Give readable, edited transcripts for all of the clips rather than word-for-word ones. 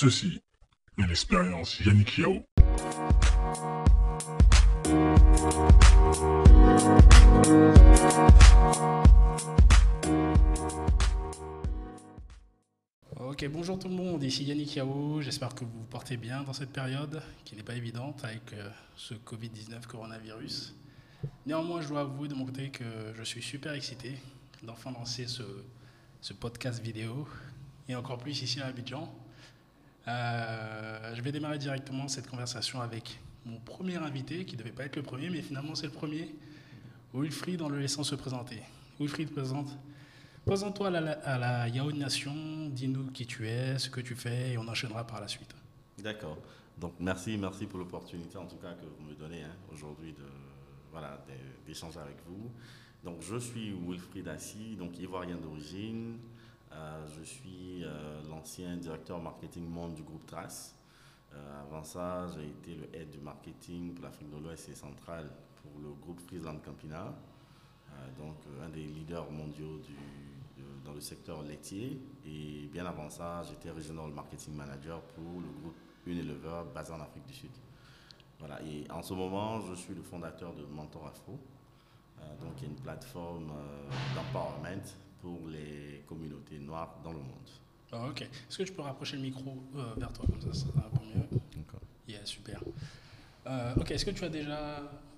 Ceci est l'expérience Yannick Yao. Ok, bonjour tout le monde, ici Yannick Yao, j'espère que vous vous portez bien dans cette période qui n'est pas évidente avec ce Covid-19 coronavirus. Néanmoins, je dois avouer de mon côté que je suis super excité d'enfin lancer ce podcast vidéo et encore plus ici à Abidjan. Je vais démarrer directement cette conversation avec mon premier invité, qui ne devait pas être le premier, mais finalement c'est le premier, Wilfried, en le laissant se présenter. Wilfried, présente-toi à la Yao Nation, dis-nous qui tu es, ce que tu fais, et on enchaînera par la suite. D'accord. Donc merci pour l'opportunité en tout cas que vous me donnez aujourd'hui d'échanger avec vous. Donc je suis Wilfried Assi, donc ivoirien d'origine. Je suis l'ancien directeur marketing monde du groupe Trace. Avant ça, j'ai été le head du marketing pour l'Afrique de l'Ouest et centrale pour le groupe Friesland Campina. Donc un des leaders mondiaux dans le secteur laitier. Et bien avant ça, j'étais regional marketing manager pour le groupe Unilever basé en Afrique du Sud. Voilà. Et en ce moment, je suis le fondateur de Mentor Afro, donc une plateforme d'empowerment pour les communautés noires dans le monde. Oh, ok. Est-ce que tu peux rapprocher le micro vers toi, comme ça sera un peu mieux? D'accord. Yeah, super. Ok, est-ce que tu as déjà,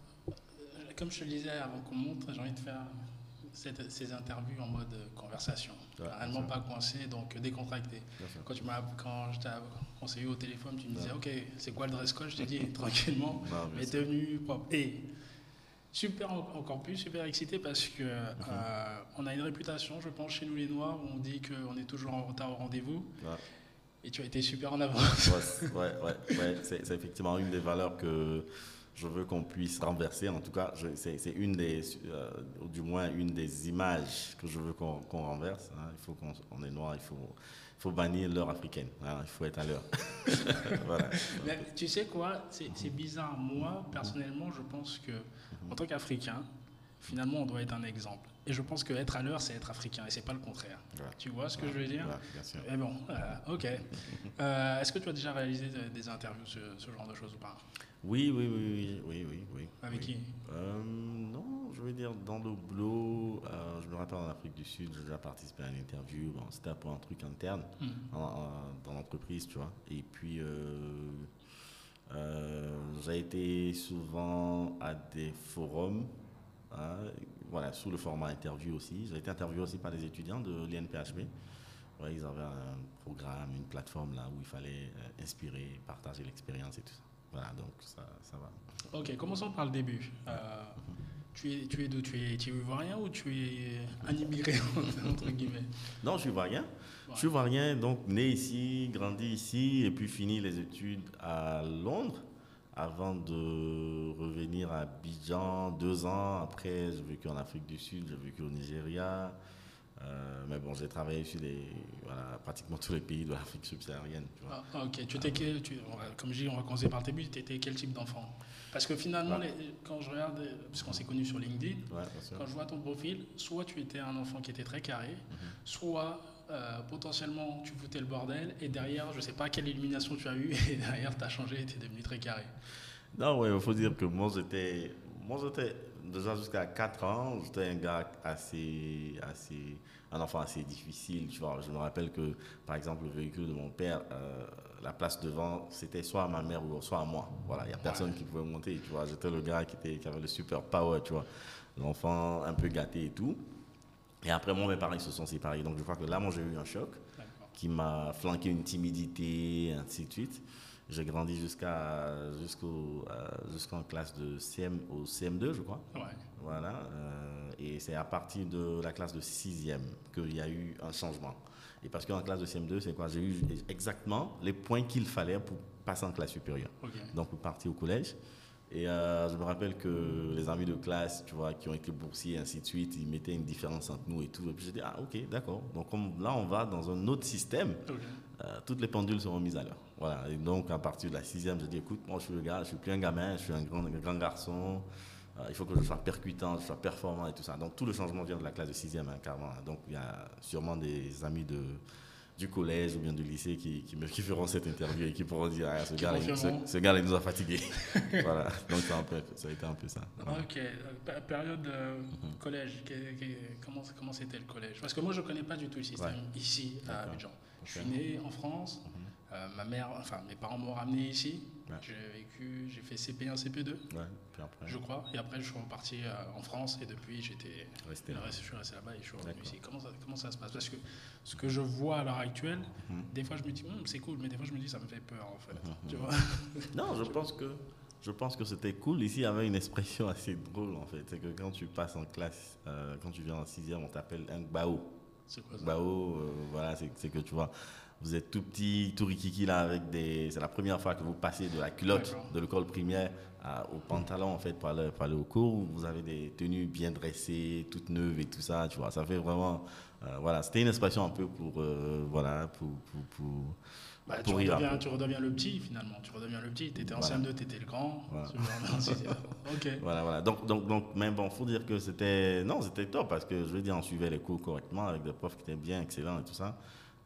comme je te le disais avant qu'on monte, j'ai envie de faire ces interviews en mode conversation. Ouais, Réellement pas coincé, donc décontracté. Quand je t'ai conseillé au téléphone, tu me disais, ok, c'est quoi le dress code? Je t'ai dit tranquillement, mais tenue propre. Et super, encore plus, super excité parce que on a une réputation, je pense, chez nous les Noirs, où on dit qu'on est toujours en retard au rendez-vous. Ouais. Et tu as été super en avance. Ouais. C'est effectivement une des valeurs que je veux qu'on puisse renverser. En tout cas, c'est une des, ou du moins une des images que je veux qu'on renverse. Hein. Il faut qu'on est noir, il faut bannir l'heure africaine. Hein. Il faut être à l'heure. Voilà. Mais tu sais quoi, c'est bizarre. Moi, personnellement, je pense que en tant qu'Africain, finalement, on doit être un exemple. Et je pense qu'être à l'heure, c'est être africain et c'est pas le contraire. Ouais. Tu vois ce que je veux dire? Ouais, bien sûr. Mais bon, ok. Est-ce que tu as déjà réalisé des interviews, ce genre de choses ou pas? Oui. Avec qui? Non, je veux dire, dans le boulot, je me rappelle en Afrique du Sud, j'ai déjà participé à une interview. Bon, c'était pour un truc interne dans l'entreprise, tu vois. Et puis, j'ai été souvent à des forums, voilà, sous le format interview aussi. J'ai été interviewé aussi par des étudiants de l'INPHB. Ouais, ils avaient un programme, une plateforme là où il fallait inspirer, partager l'expérience et tout ça. Voilà, donc ça va. Ok, commençons par le début. Tu es d'où? Tu es ivoirien ou tu es un immigré, entre guillemets? Non, je suis ivoirien. Ouais. Je suis ivoirien, donc né ici, grandi ici, et puis fini les études à Londres avant de revenir à Abidjan 2 ans. Après, j'ai vécu en Afrique du Sud, j'ai vécu au Nigeria. Mais bon, j'ai travaillé sur pratiquement tous les pays de l'Afrique subsaharienne. Tu vois. Ok, comme je dis, on va commencer par le début. Tu étais quel type d'enfant? Parce que finalement, quand je regarde, parce qu'on s'est connus sur LinkedIn, quand je vois ton profil, soit tu étais un enfant qui était très carré, soit potentiellement tu foutais le bordel, et derrière, je ne sais pas quelle illumination tu as eue, et derrière, tu as changé et tu es devenu très carré. Non, ouais, il faut dire que moi, j'étais déjà jusqu'à 4 ans, j'étais un gars un enfant assez difficile. Tu vois. Je me rappelle que, par exemple, le véhicule de mon père, la place devant, c'était soit à ma mère ou soit à moi. Voilà, il n'y a personne qui pouvait monter. Tu vois. J'étais le gars qui avait le super power, tu vois. L'enfant un peu gâté et tout. Et après, moi, mes parents ils se sont séparés. Donc, je crois que là, moi, j'ai eu un choc qui m'a flanqué une timidité, ainsi de suite. J'ai grandi jusqu'en classe de au CM2, je crois. Ouais. Voilà. Et c'est à partir de la classe de 6e qu'il y a eu un changement. Et parce qu'en classe de CM2, c'est quoi? J'ai eu exactement les points qu'il fallait pour passer en classe supérieure. Okay. Donc, pour partir au collège. Et je me rappelle que les amis de classe, tu vois, qui ont été boursiers et ainsi de suite, ils mettaient une différence entre nous et tout. Et puis j'ai dit, ok, d'accord. Donc là, on va dans un autre système. Okay. Toutes les pendules seront mises à l'heure. Voilà. Et donc, à partir de la 6e, j'ai dit, écoute, moi, je suis le gars, je suis plus un gamin, je suis un grand garçon. Il faut que je sois percutant, je sois performant et tout ça. Donc, tout le changement vient de la classe de 6e, hein, carrément. Donc, il y a sûrement des amis du collège ou bien du lycée qui feront cette interview et qui pourront dire ce gars-là, il nous a fatigués. Voilà, donc ça a été un peu ça. Ok, période collège, comment c'était le collège? Parce que moi, je ne connais pas du tout le système ici à Abidjan. Je suis né en France, mes parents m'ont ramené ici. Ouais. J'ai fait CP1, CP2, puis après, je crois. Et après, je suis reparti en France et depuis, je suis resté là-bas et je suis revenu ici. Comment ça se passe? Parce que ce que je vois à l'heure actuelle, des fois, je me dis, c'est cool, mais des fois, je me dis, ça me fait peur, en fait. Tu vois? Non, je pense que c'était cool. Ici, il y avait une expression assez drôle, en fait. C'est que quand tu passes en classe, quand tu viens en 6e, on t'appelle un bao. C'est quoi ça? Bao, voilà, c'est que tu vois, vous êtes tout petit, tout rikiki là, c'est la première fois que vous passez de la culotte de l'école primaire au pantalon, en fait, pour aller au cours. Vous avez des tenues bien dressées, toutes neuves et tout ça, tu vois. Ça fait vraiment, voilà, c'était une expression un peu pour tu redeviens le petit, finalement. Tu redeviens le petit. Tu étais en CM2, tu étais le grand. Voilà. Okay. Voilà. Donc, mais bon, il faut dire que c'était top parce que, je veux dire, on suivait les cours correctement avec des profs qui étaient bien excellents et tout ça.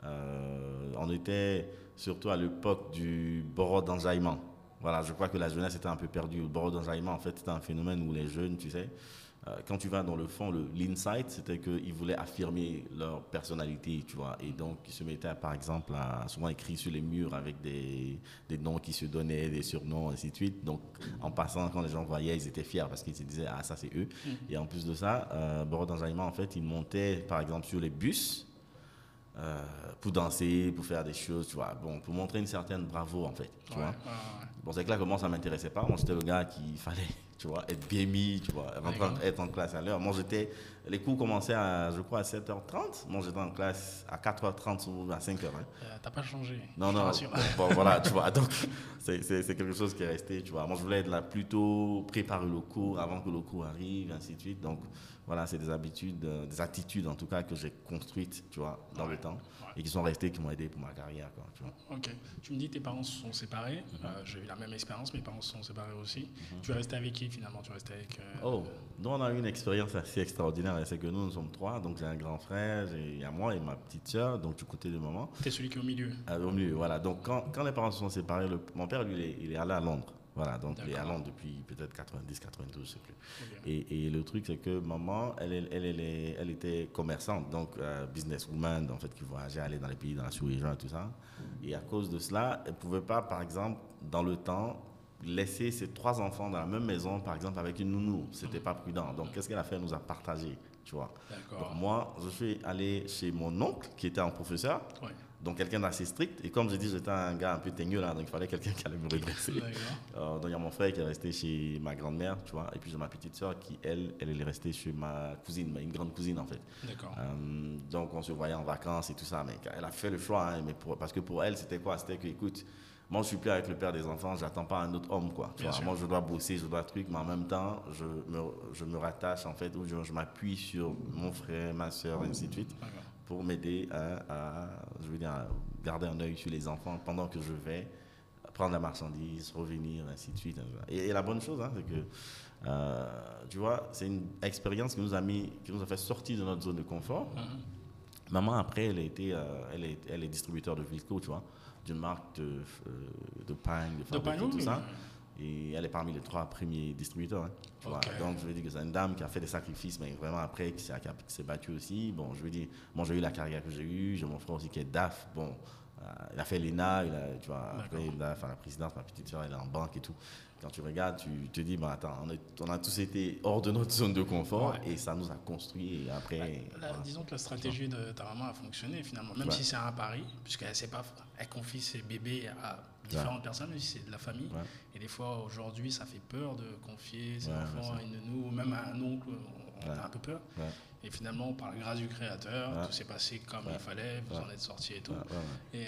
On était surtout à l'époque du bord d'enjaillement. Voilà, je crois que la jeunesse était un peu perdue. Le bord d'enjaillement, en fait, c'était un phénomène où les jeunes, tu sais, quand tu vas dans le fond, l'insight, c'était qu'ils voulaient affirmer leur personnalité, tu vois. Et donc, ils se mettaient, par exemple, à souvent écrit sur les murs avec des noms qui se donnaient, des surnoms, ainsi de suite. Donc, en passant, quand les gens voyaient, ils étaient fiers parce qu'ils se disaient, ça, c'est eux. Et en plus de ça, bord d'enjaillement, en fait, ils montaient, par exemple, sur les bus pour danser, pour faire des choses, tu vois. Bon, pour montrer une certaine bravoure, en fait, tu vois. Bon, c'est clair que moi, ça ne m'intéressait pas. Moi, j'étais le gars qu'il fallait, tu vois, être bien mis, tu vois, être en classe à l'heure. Moi, les cours commençaient je crois, à 7h30. Moi, j'étais en classe à 4h30 ou à 5h. T'as pas changé. Non. Bon, voilà, tu vois. Donc, c'est quelque chose qui est resté, tu vois. Moi, je voulais être là plutôt préparer le cours avant que le cours arrive, ainsi de suite. Donc, voilà, c'est des attitudes en tout cas que j'ai construites, tu vois, dans le temps et qui sont restées, qui m'ont aidé pour ma carrière, quoi, tu vois. Ok. Tu me dis que tes parents se sont séparés. J'ai eu la même expérience, mes parents se sont séparés aussi. Tu es resté avec qui finalement? Tu es resté avec... Nous, on a eu une expérience assez extraordinaire. C'est que nous sommes 3. Donc, j'ai un grand frère, il y a moi et ma petite soeur, donc du côté de maman. Tu es celui qui est au milieu? Au milieu, voilà. Donc, quand les parents se sont séparés, mon père, lui, il est allé à Londres. Voilà, donc il est à Londres depuis peut-être 90, 92, je ne sais plus. Okay. Et le truc, c'est que maman, elle était commerçante, donc businesswoman, en fait, qui voyageait, aller dans les pays, dans la sous-région et tout ça. Et à cause de cela, elle ne pouvait pas, par exemple, dans le temps, laisser ses 3 enfants dans la même maison, par exemple, avec une nounou. Ce n'était pas prudent. Donc, qu'est-ce qu'elle a fait? Elle nous a partagés, tu vois. Donc, moi, je suis allé chez mon oncle, qui était un professeur. Ouais. Donc, quelqu'un d'assez strict. Et comme je dis, j'étais un gars un peu teigneux, là, donc il fallait quelqu'un qui allait me redresser. Donc, il y a mon frère qui est resté chez ma grand-mère, tu vois. Et puis, j'ai ma petite soeur qui, elle est restée chez ma cousine, une grande cousine, en fait. D'accord. Donc, on se voyait en vacances et tout ça. Mais elle a fait le choix, hein, parce que pour elle, c'était quoi? C'était que, écoute, moi, je suis plus avec le père des enfants, j'attends pas un autre homme, quoi. Tu vois, moi, je dois bosser, je dois truc, mais en même temps, je me rattache, en fait, ou je m'appuie sur mon frère, ma soeur, ainsi de suite, pour m'aider à garder un œil sur les enfants pendant que je vais prendre la marchandise, revenir, ainsi de suite. Et la bonne chose, hein, c'est que, tu vois, c'est une expérience qui nous a fait sortir de notre zone de confort. Maman, après, elle est distributeur de Vilco, tu vois, d'une marque de pain, de fabrique, tout ça. Et elle est parmi les 3 premiers distributeurs. Hein, tu vois. Donc, je veux dire que c'est une dame qui a fait des sacrifices, mais vraiment après, qui s'est battue aussi. Bon, je veux dire, moi, j'ai eu la carrière que j'ai eue. J'ai mon frère aussi qui est DAF. Bon, il a fait l'ENA, tu vois, après, il a fait la présidence. Ma petite soeur, elle est en banque et tout. Quand tu regardes, tu te dis, attends, on a tous été hors de notre zone de confort et ça nous a construit. Et après, disons que la stratégie de ta maman a fonctionné finalement, même si c'est un pari, puisqu'elle sait pas, elle confie ses bébés à différentes personnes, même si c'est de la famille. Et des fois, aujourd'hui, ça fait peur de confier ses enfants à une nounou, ou même à un oncle, on a un peu peur. Et finalement, par la grâce du Créateur, tout s'est passé comme il fallait, vous en êtes sortis et tout. Et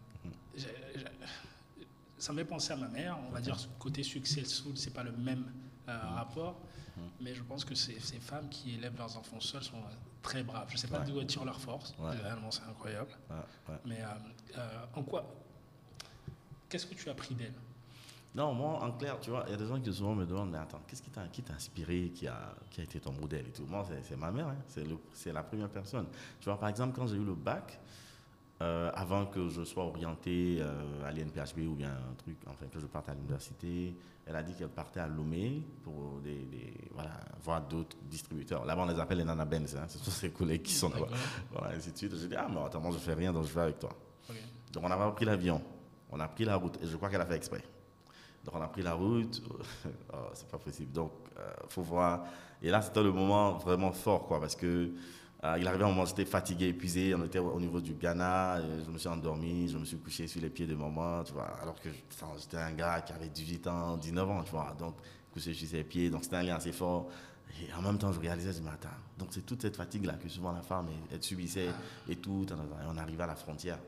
ça me fait penser à ma mère, on va dire côté successful, c'est pas le même rapport, mais je pense que ces femmes qui élèvent leurs enfants seules sont très braves. Je sais pas d'où elles tirent leur force, réellement c'est incroyable. Mais en quoi, qu'est-ce que tu as appris d'elles? Non, moi, en clair, tu vois, il y a des gens qui souvent me demandent, mais attends, qu'est-ce qui t'a inspiré, qui a été ton modèle et tout? Moi, c'est ma mère, hein, c'est la première personne. Tu vois, par exemple, quand j'ai eu le bac, avant que je sois orienté à l'INPHB ou bien un truc, enfin que je parte à l'université, elle a dit qu'elle partait à Lomé pour voilà, voir d'autres distributeurs. Là-bas, on les appelle les Nana Benz, hein, ce sont ses collègues qui sont là-bas. Voilà, ainsi de suite. J'ai dit, ah, mais attends, moi, je fais rien, donc je vais avec toi. Okay. Donc, on a pris l'avion, on a pris la route, et je crois qu'elle a fait exprès. Donc, on a pris la route, oh, c'est pas possible. Donc, faut voir. Et là, c'était le moment vraiment fort, quoi, parce que il arrivait un moment où j'étais fatigué, épuisé, on était au niveau du Ghana, je me suis endormi, je me suis couché sur les pieds de maman, tu vois, alors que j'étais un gars qui avait 18 ans, 19 ans, tu vois, donc couché sur ses pieds, donc c'était un lien assez fort. Et en même temps, je réalisais, je me dis, attends, donc c'est toute cette fatigue-là que souvent la femme, elle subissait et tout, et on arrivait à la frontière.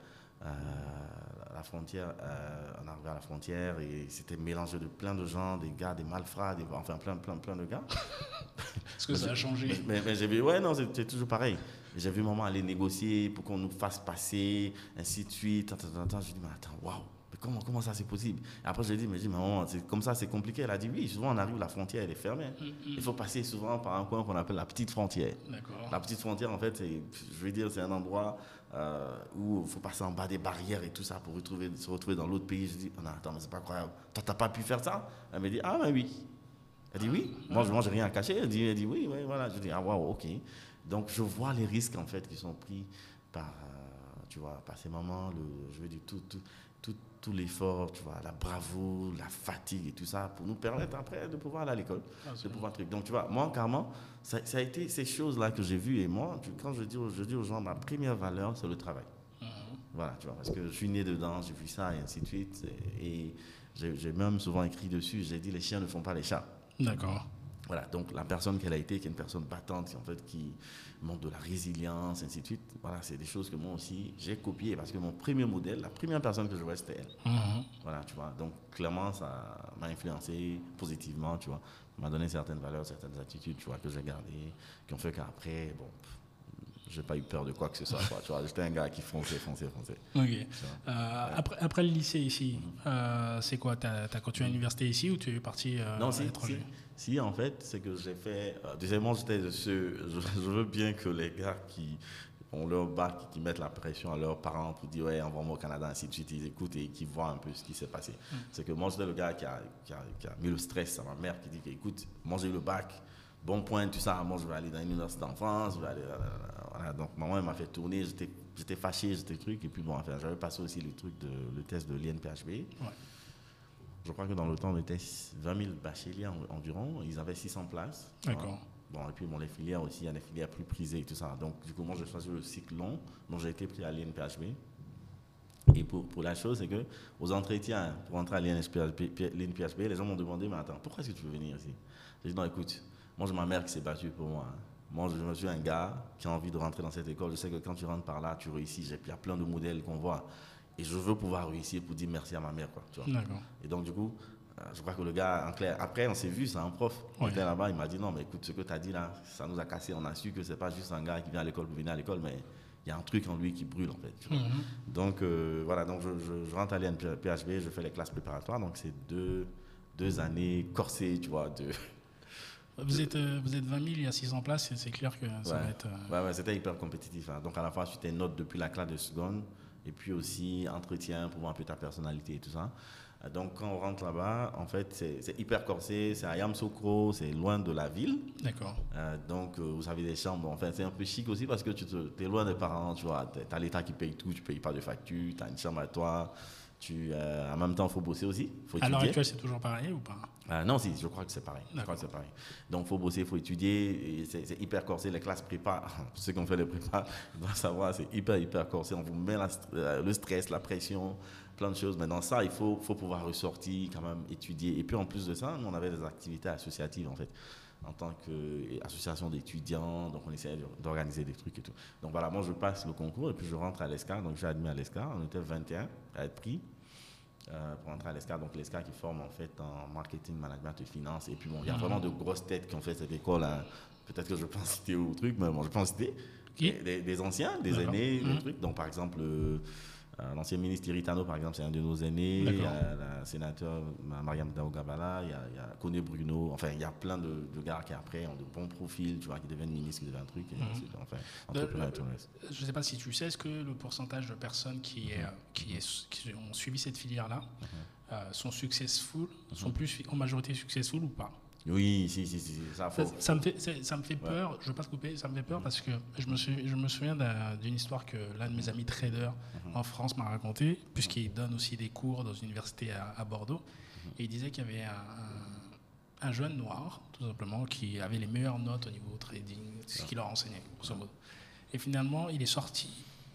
On arrivait à la frontière et c'était mélangé de plein de gens, des gars, des malfrats, enfin plein de gars. Est-ce que ça a changé? Mais j'ai vu, ouais, non, c'est toujours pareil. J'ai vu maman aller négocier pour qu'on nous fasse passer, ainsi de suite. Je lui dis, mais attends, waouh, mais comment ça c'est possible? Et après, je lui ai dit, mais maman, c'est comme ça, c'est compliqué. Elle a dit, oui, souvent on arrive, la frontière, elle est fermée. Il faut passer souvent par un coin qu'on appelle la petite frontière. D'accord. La petite frontière, en fait, je veux dire, c'est un endroit où il faut passer en bas des barrières et tout ça pour se retrouver dans l'autre pays. Je dis, oh non, attends, mais c'est pas croyable. Toi, t'as pas pu faire ça? Elle me dit, ah, ben oui. Elle dit oui. Moi, j'ai rien à cacher. Elle dit oui, voilà. Je dis, ah, waouh, ok. Donc, je vois les risques, en fait, qui sont pris par, tu vois, par ces mamans, je veux dire, tout l'effort, tu vois, la bravoure, la fatigue et tout ça, pour nous permettre après de pouvoir aller à l'école, de pouvoir truc. Donc, tu vois, moi, carrément, ça a été ces choses-là que j'ai vues. Et moi, quand je dis aux gens, ma première valeur, c'est le travail. Voilà, tu vois, parce que je suis né dedans, j'ai vu ça et ainsi de suite. Et j'ai même souvent écrit dessus, j'ai dit, les chiens ne font pas les chats. D'accord. Voilà, donc la personne qu'elle a été, qui est une personne battante, qui montre de la résilience, ainsi de suite, voilà, c'est des choses que moi aussi, j'ai copiées, parce que mon premier modèle, la première personne que je vois, c'était elle. Voilà, tu vois, donc clairement, ça m'a influencé positivement, tu vois, m'a donné certaines valeurs, certaines attitudes, tu vois, que j'ai gardées, qui ont fait qu'après, bon, j'ai pas eu peur de quoi que ce soit, quoi, tu vois, j'étais un gars qui fonçait. Ok. Après le lycée ici, c'est quoi, t'as continué à l'université ici ou tu es parti à l'étranger? Si, en fait, c'est que j'ai fait... deuxièmement, j'étais de ceux... Je veux bien que les gars qui ont leur bac, qui mettent la pression à leurs parents pour dire « ouais, envoie-moi au Canada », ainsi de suite, ils écoutent et qui voient un peu ce qui s'est passé. C'est que moi, j'étais le gars qui a mis le stress à ma mère, qui dit « écoute, moi j'ai eu le bac, bon point, tout ça, moi je vais aller dans une université en France, je vais aller... » Voilà, donc maman, elle m'a fait tourner, j'étais fâché, j'étais truc, et puis bon, enfin, j'avais passé aussi le test de l'INPHB. Ouais. Je crois que dans le temps, on était 20 000 bacheliers environ. Ils avaient 600 places. D'accord. Bon, et puis bon, les filières aussi, il y a des filières plus prisées et tout ça. Donc, du coup, moi, j'ai choisi le cycle long. Donc, j'ai été pris à l'INPHB. Et pour la chose, c'est que aux entretiens, pour entrer à l'INPHB, les gens m'ont demandé, mais attends, pourquoi est-ce que tu veux venir ici? J'ai dit, non, écoute, moi, j'ai ma mère qui s'est battue pour moi. Moi, je suis un gars qui a envie de rentrer dans cette école. Je sais que quand tu rentres par là, tu réussis. Il y a plein de modèles qu'on voit. Et je veux pouvoir réussir pour dire merci à ma mère, quoi, tu vois. Et donc, du coup, je crois que le gars, en clair, après, on s'est vu, c'est un prof. Il était là-bas, il m'a dit, non, mais écoute, ce que tu as dit là, ça nous a cassé. On a su que c'est pas juste un gars qui vient à l'école pour venir à l'école, mais il y a un truc en lui qui brûle, en fait. Tu vois. Donc, voilà, donc je rentre à l'INPHB, je fais les classes préparatoires. Donc, c'est deux années corsées, tu vois, Vous êtes 20 000, il y a 600 places, c'est clair que ça va être... Ouais, c'était hyper compétitif. Hein. Donc, à la fois, tu t'es note depuis la classe de seconde, et puis aussi entretien pour voir un peu ta personnalité et tout ça. Donc, quand on rentre là-bas, en fait, c'est hyper corsé, c'est à Yamoussoukro, c'est loin de la ville. D'accord. Donc, vous avez des chambres, enfin, c'est un peu chic aussi parce que tu es loin des parents, tu vois, tu as l'État qui paye tout, tu ne payes pas de facture, tu as une chambre à toi. En même temps, il faut bosser aussi. Faut étudier. À l'heure actuelle, c'est toujours pareil ou pas? Non, si, je crois que c'est pareil. Donc, il faut bosser, il faut étudier. C'est hyper corsé. Les classes prépa, ceux qui ont fait les prépa doivent savoir, c'est hyper corsé. On vous met le stress, la pression, plein de choses. Mais dans ça, il faut pouvoir ressortir, quand même, étudier. Et puis, en plus de ça, nous, on avait des activités associatives, en fait, en tant qu'association d'étudiants. Donc, on essayait d'organiser des trucs et tout. Donc, voilà, moi, je passe le concours et puis je rentre à l'ESCA. Donc, je suis admis à l'ESCA. On était 21 à être pris. Pour entrer à l'ESCA, donc l'ESCA qui forme en fait en marketing, management et finance. Et puis bon, il y a vraiment de grosses têtes qui ont fait cette école. Hein. Peut-être que je peux en citer au truc, mais bon, je peux en citer des anciens, des aînés, des trucs. Donc par exemple, L'ancien ministre Iritano, par exemple, c'est un de nos aînés. Il y a la sénateur Mariam Daougabala, il y a Koné Bruno. Enfin, il y a plein de gars qui, après, ont de bons profils, tu vois, qui deviennent ministres, qui deviennent un truc. Enfin, entrepreneurs et tout le reste. Je ne sais pas si tu sais, est-ce que le pourcentage de personnes qui ont suivi cette filière-là sont successful, sont plus en majorité successful ou pas? Oui, si, ça me fait peur, je ne veux pas te couper, ça me fait peur parce que je me souviens d'une histoire que l'un de mes amis traders en France m'a raconté, puisqu'il donne aussi des cours dans une université à Bordeaux, et il disait qu'il y avait un jeune noir, tout simplement, qui avait les meilleures notes au niveau trading, ce qu'il leur enseignait, grosso modo. Et finalement, il est sorti,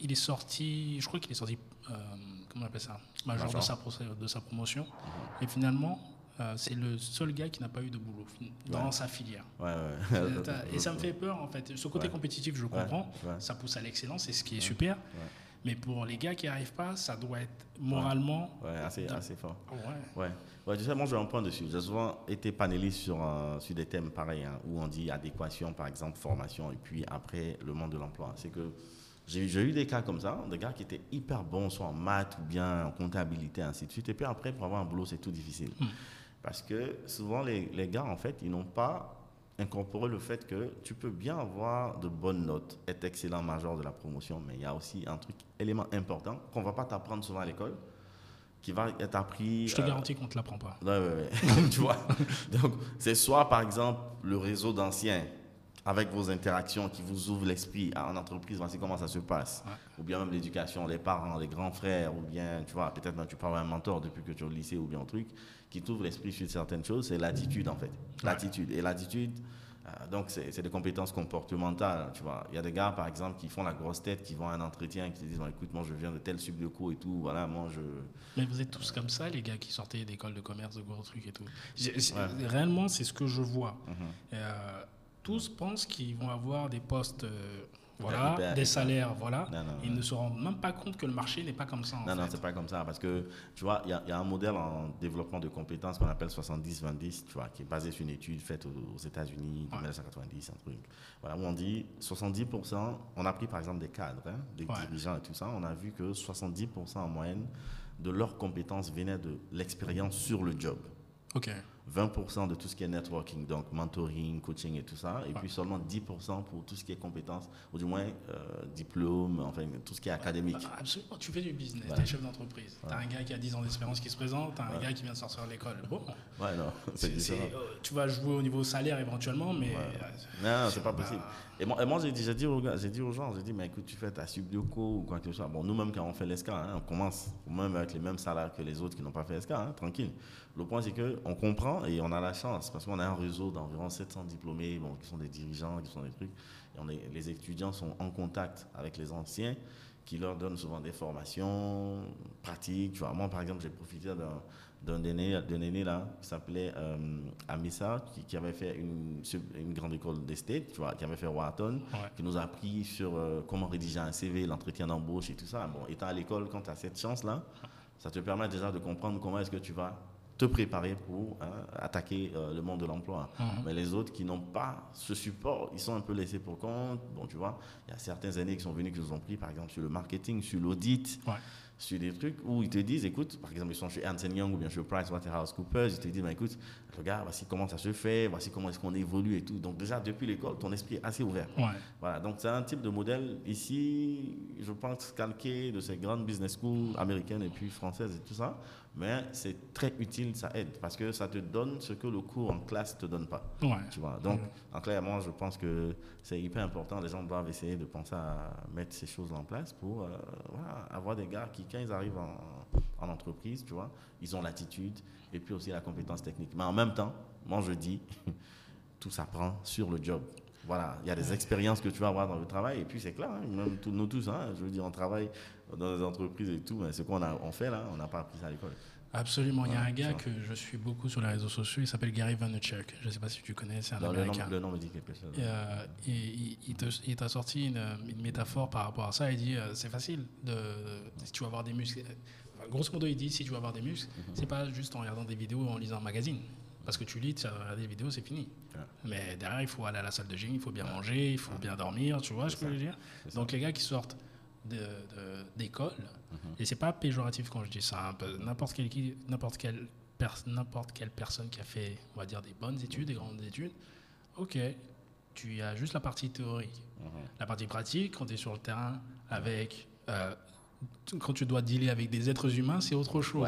je crois qu'il est sorti, comment on appelle ça, major de sa promotion, et finalement, c'est le seul gars qui n'a pas eu de boulot dans sa filière. Et ça me fait peur, en fait. Ce côté compétitif, je comprends. Ça pousse à l'excellence, c'est ce qui est super. Mais pour les gars qui n'y arrivent pas, ça doit être moralement... assez fort. Tu sais, moi, j'ai un point dessus. J'ai souvent été panéliste sur des thèmes pareils, où on dit adéquation, par exemple, formation, et puis après, le monde de l'emploi. C'est que j'ai eu des cas comme ça, des gars qui étaient hyper bons, soit en maths ou bien en comptabilité, ainsi de suite. Et puis après, pour avoir un boulot, c'est tout difficile. Parce que souvent, les gars, en fait, ils n'ont pas incorporé le fait que tu peux bien avoir de bonnes notes, être excellent major de la promotion, mais il y a aussi un élément important qu'on ne va pas t'apprendre souvent à l'école, qui va être appris... Je te garantis qu'on ne te l'apprend pas. Tu vois. Donc, c'est soit, par exemple, le réseau d'anciens, avec vos interactions qui vous ouvrent l'esprit en entreprise, voici comment ça se passe. Ou bien même l'éducation, les parents, les grands frères, ou bien, tu vois, peut-être même tu parles à un mentor depuis que tu es au lycée ou bien un truc, qui t'ouvre l'esprit sur certaines choses, c'est l'attitude en fait. L'attitude. Et l'attitude, donc c'est des compétences comportementales, tu vois. Il y a des gars, par exemple, qui font la grosse tête, qui vont à un entretien, qui te disent, écoute, moi je viens de tel subdeco et tout, voilà, moi je... Mais vous êtes tous comme ça, les gars qui sortaient d'école de commerce, de gros trucs et tout. Réellement, c'est ce que je vois. Tous pensent qu'ils vont avoir des postes, des salaires, Ils ne se rendent même pas compte que le marché n'est pas comme ça. Non, c'est pas comme ça. Parce que, tu vois, il y a un modèle en développement de compétences qu'on appelle 70-20, tu vois, qui est basé sur une étude faite aux États-Unis en 1990, un truc. Voilà, où on dit 70%, on a pris par exemple des cadres, des dirigeants et tout ça, on a vu que 70% en moyenne de leurs compétences venaient de l'expérience sur le job. 20% de tout ce qui est networking, donc mentoring, coaching et tout ça, et puis seulement 10% pour tout ce qui est compétences, ou du moins diplôme, enfin tout ce qui est académique. Absolument, tu fais du business, tu es chef d'entreprise, tu as un gars qui a 10 ans d'expérience qui se présente, tu as un gars qui vient de sortir de l'école. Bon, c'est différent. Tu vas jouer au niveau salaire éventuellement, mais... Non, c'est pas possible. Et moi j'ai dit aux gens, mais écoute, tu fais ta subdeco ou quoi que ce soit. Bon, nous-mêmes, quand on fait l'ESCA, on commence même avec les mêmes salaires que les autres qui n'ont pas fait l'ESCA, tranquille. Le point, c'est qu'on comprend et on a la chance, parce qu'on a un réseau d'environ 700 diplômés, qui sont des dirigeants, qui sont des trucs. Et les étudiants sont en contact avec les anciens, qui leur donnent souvent des formations pratiques. Tu vois, moi, par exemple, j'ai profité d'un aîné là, qui s'appelait Amissa, qui avait fait une grande école d'esthète, tu vois, qui avait fait Wharton, qui nous a appris sur comment rédiger un CV, l'entretien d'embauche et tout ça. Bon, étant à l'école, quand tu as cette chance-là, ça te permet déjà de comprendre comment est-ce que tu vas te préparer pour attaquer le monde de l'emploi. Mais les autres qui n'ont pas ce support, ils sont un peu laissés pour compte. Bon, tu vois, il y a certains années qui sont venus, qui nous ont pris, par exemple, sur le marketing, sur l'audit, sur des trucs où ils te disent, écoute, par exemple, ils sont chez Ernst & Young ou bien chez PricewaterhouseCoopers, ils te disent, écoute, regarde, voici comment ça se fait, voici comment est-ce qu'on évolue et tout. Donc déjà, depuis l'école, ton esprit est assez ouvert. Voilà, donc c'est un type de modèle ici, je pense, calqué de ces grandes business schools américaines et puis françaises et tout ça. Mais c'est très utile, ça aide, parce que ça te donne ce que le cours en classe ne te donne pas. Tu vois. Donc, en clair, moi, je pense que c'est hyper important. Les gens doivent essayer de penser à mettre ces choses en place pour avoir des gars qui, quand ils arrivent en entreprise, tu vois, ils ont l'attitude et puis aussi la compétence technique. Mais en même temps, moi, je dis, tout s'apprend sur le job. Voilà, il y a des expériences que tu vas avoir dans le travail et puis c'est clair, même nous tous, je veux dire, on travaille dans des entreprises et tout, mais ce qu'on fait là, on n'a pas appris ça à l'école. Absolument, il y a un gars que je suis beaucoup sur les réseaux sociaux, il s'appelle Gary Vaynerchuk, je ne sais pas si tu connais, c'est un Américain. Le nom me dit quelque chose. Il t'a sorti une métaphore par rapport à ça, il dit c'est facile, si tu veux avoir des muscles, grosso modo il dit si tu veux avoir des muscles, c'est pas juste en regardant des vidéos ou en lisant un magazine. Parce que tu lis, tu regardes des vidéos, c'est fini. Mais derrière, il faut aller à la salle de gym, il faut bien manger, il faut bien dormir, tu vois ce que je veux dire. Donc les gars qui sortent d'école. Et c'est pas péjoratif quand je dis ça. Hein. N'importe quelle personne qui a fait, on va dire, des bonnes études, des grandes études, ok, tu as juste la partie théorique. La partie pratique, quand tu es sur le terrain avec... quand tu dois dealer avec des êtres humains, c'est autre chose.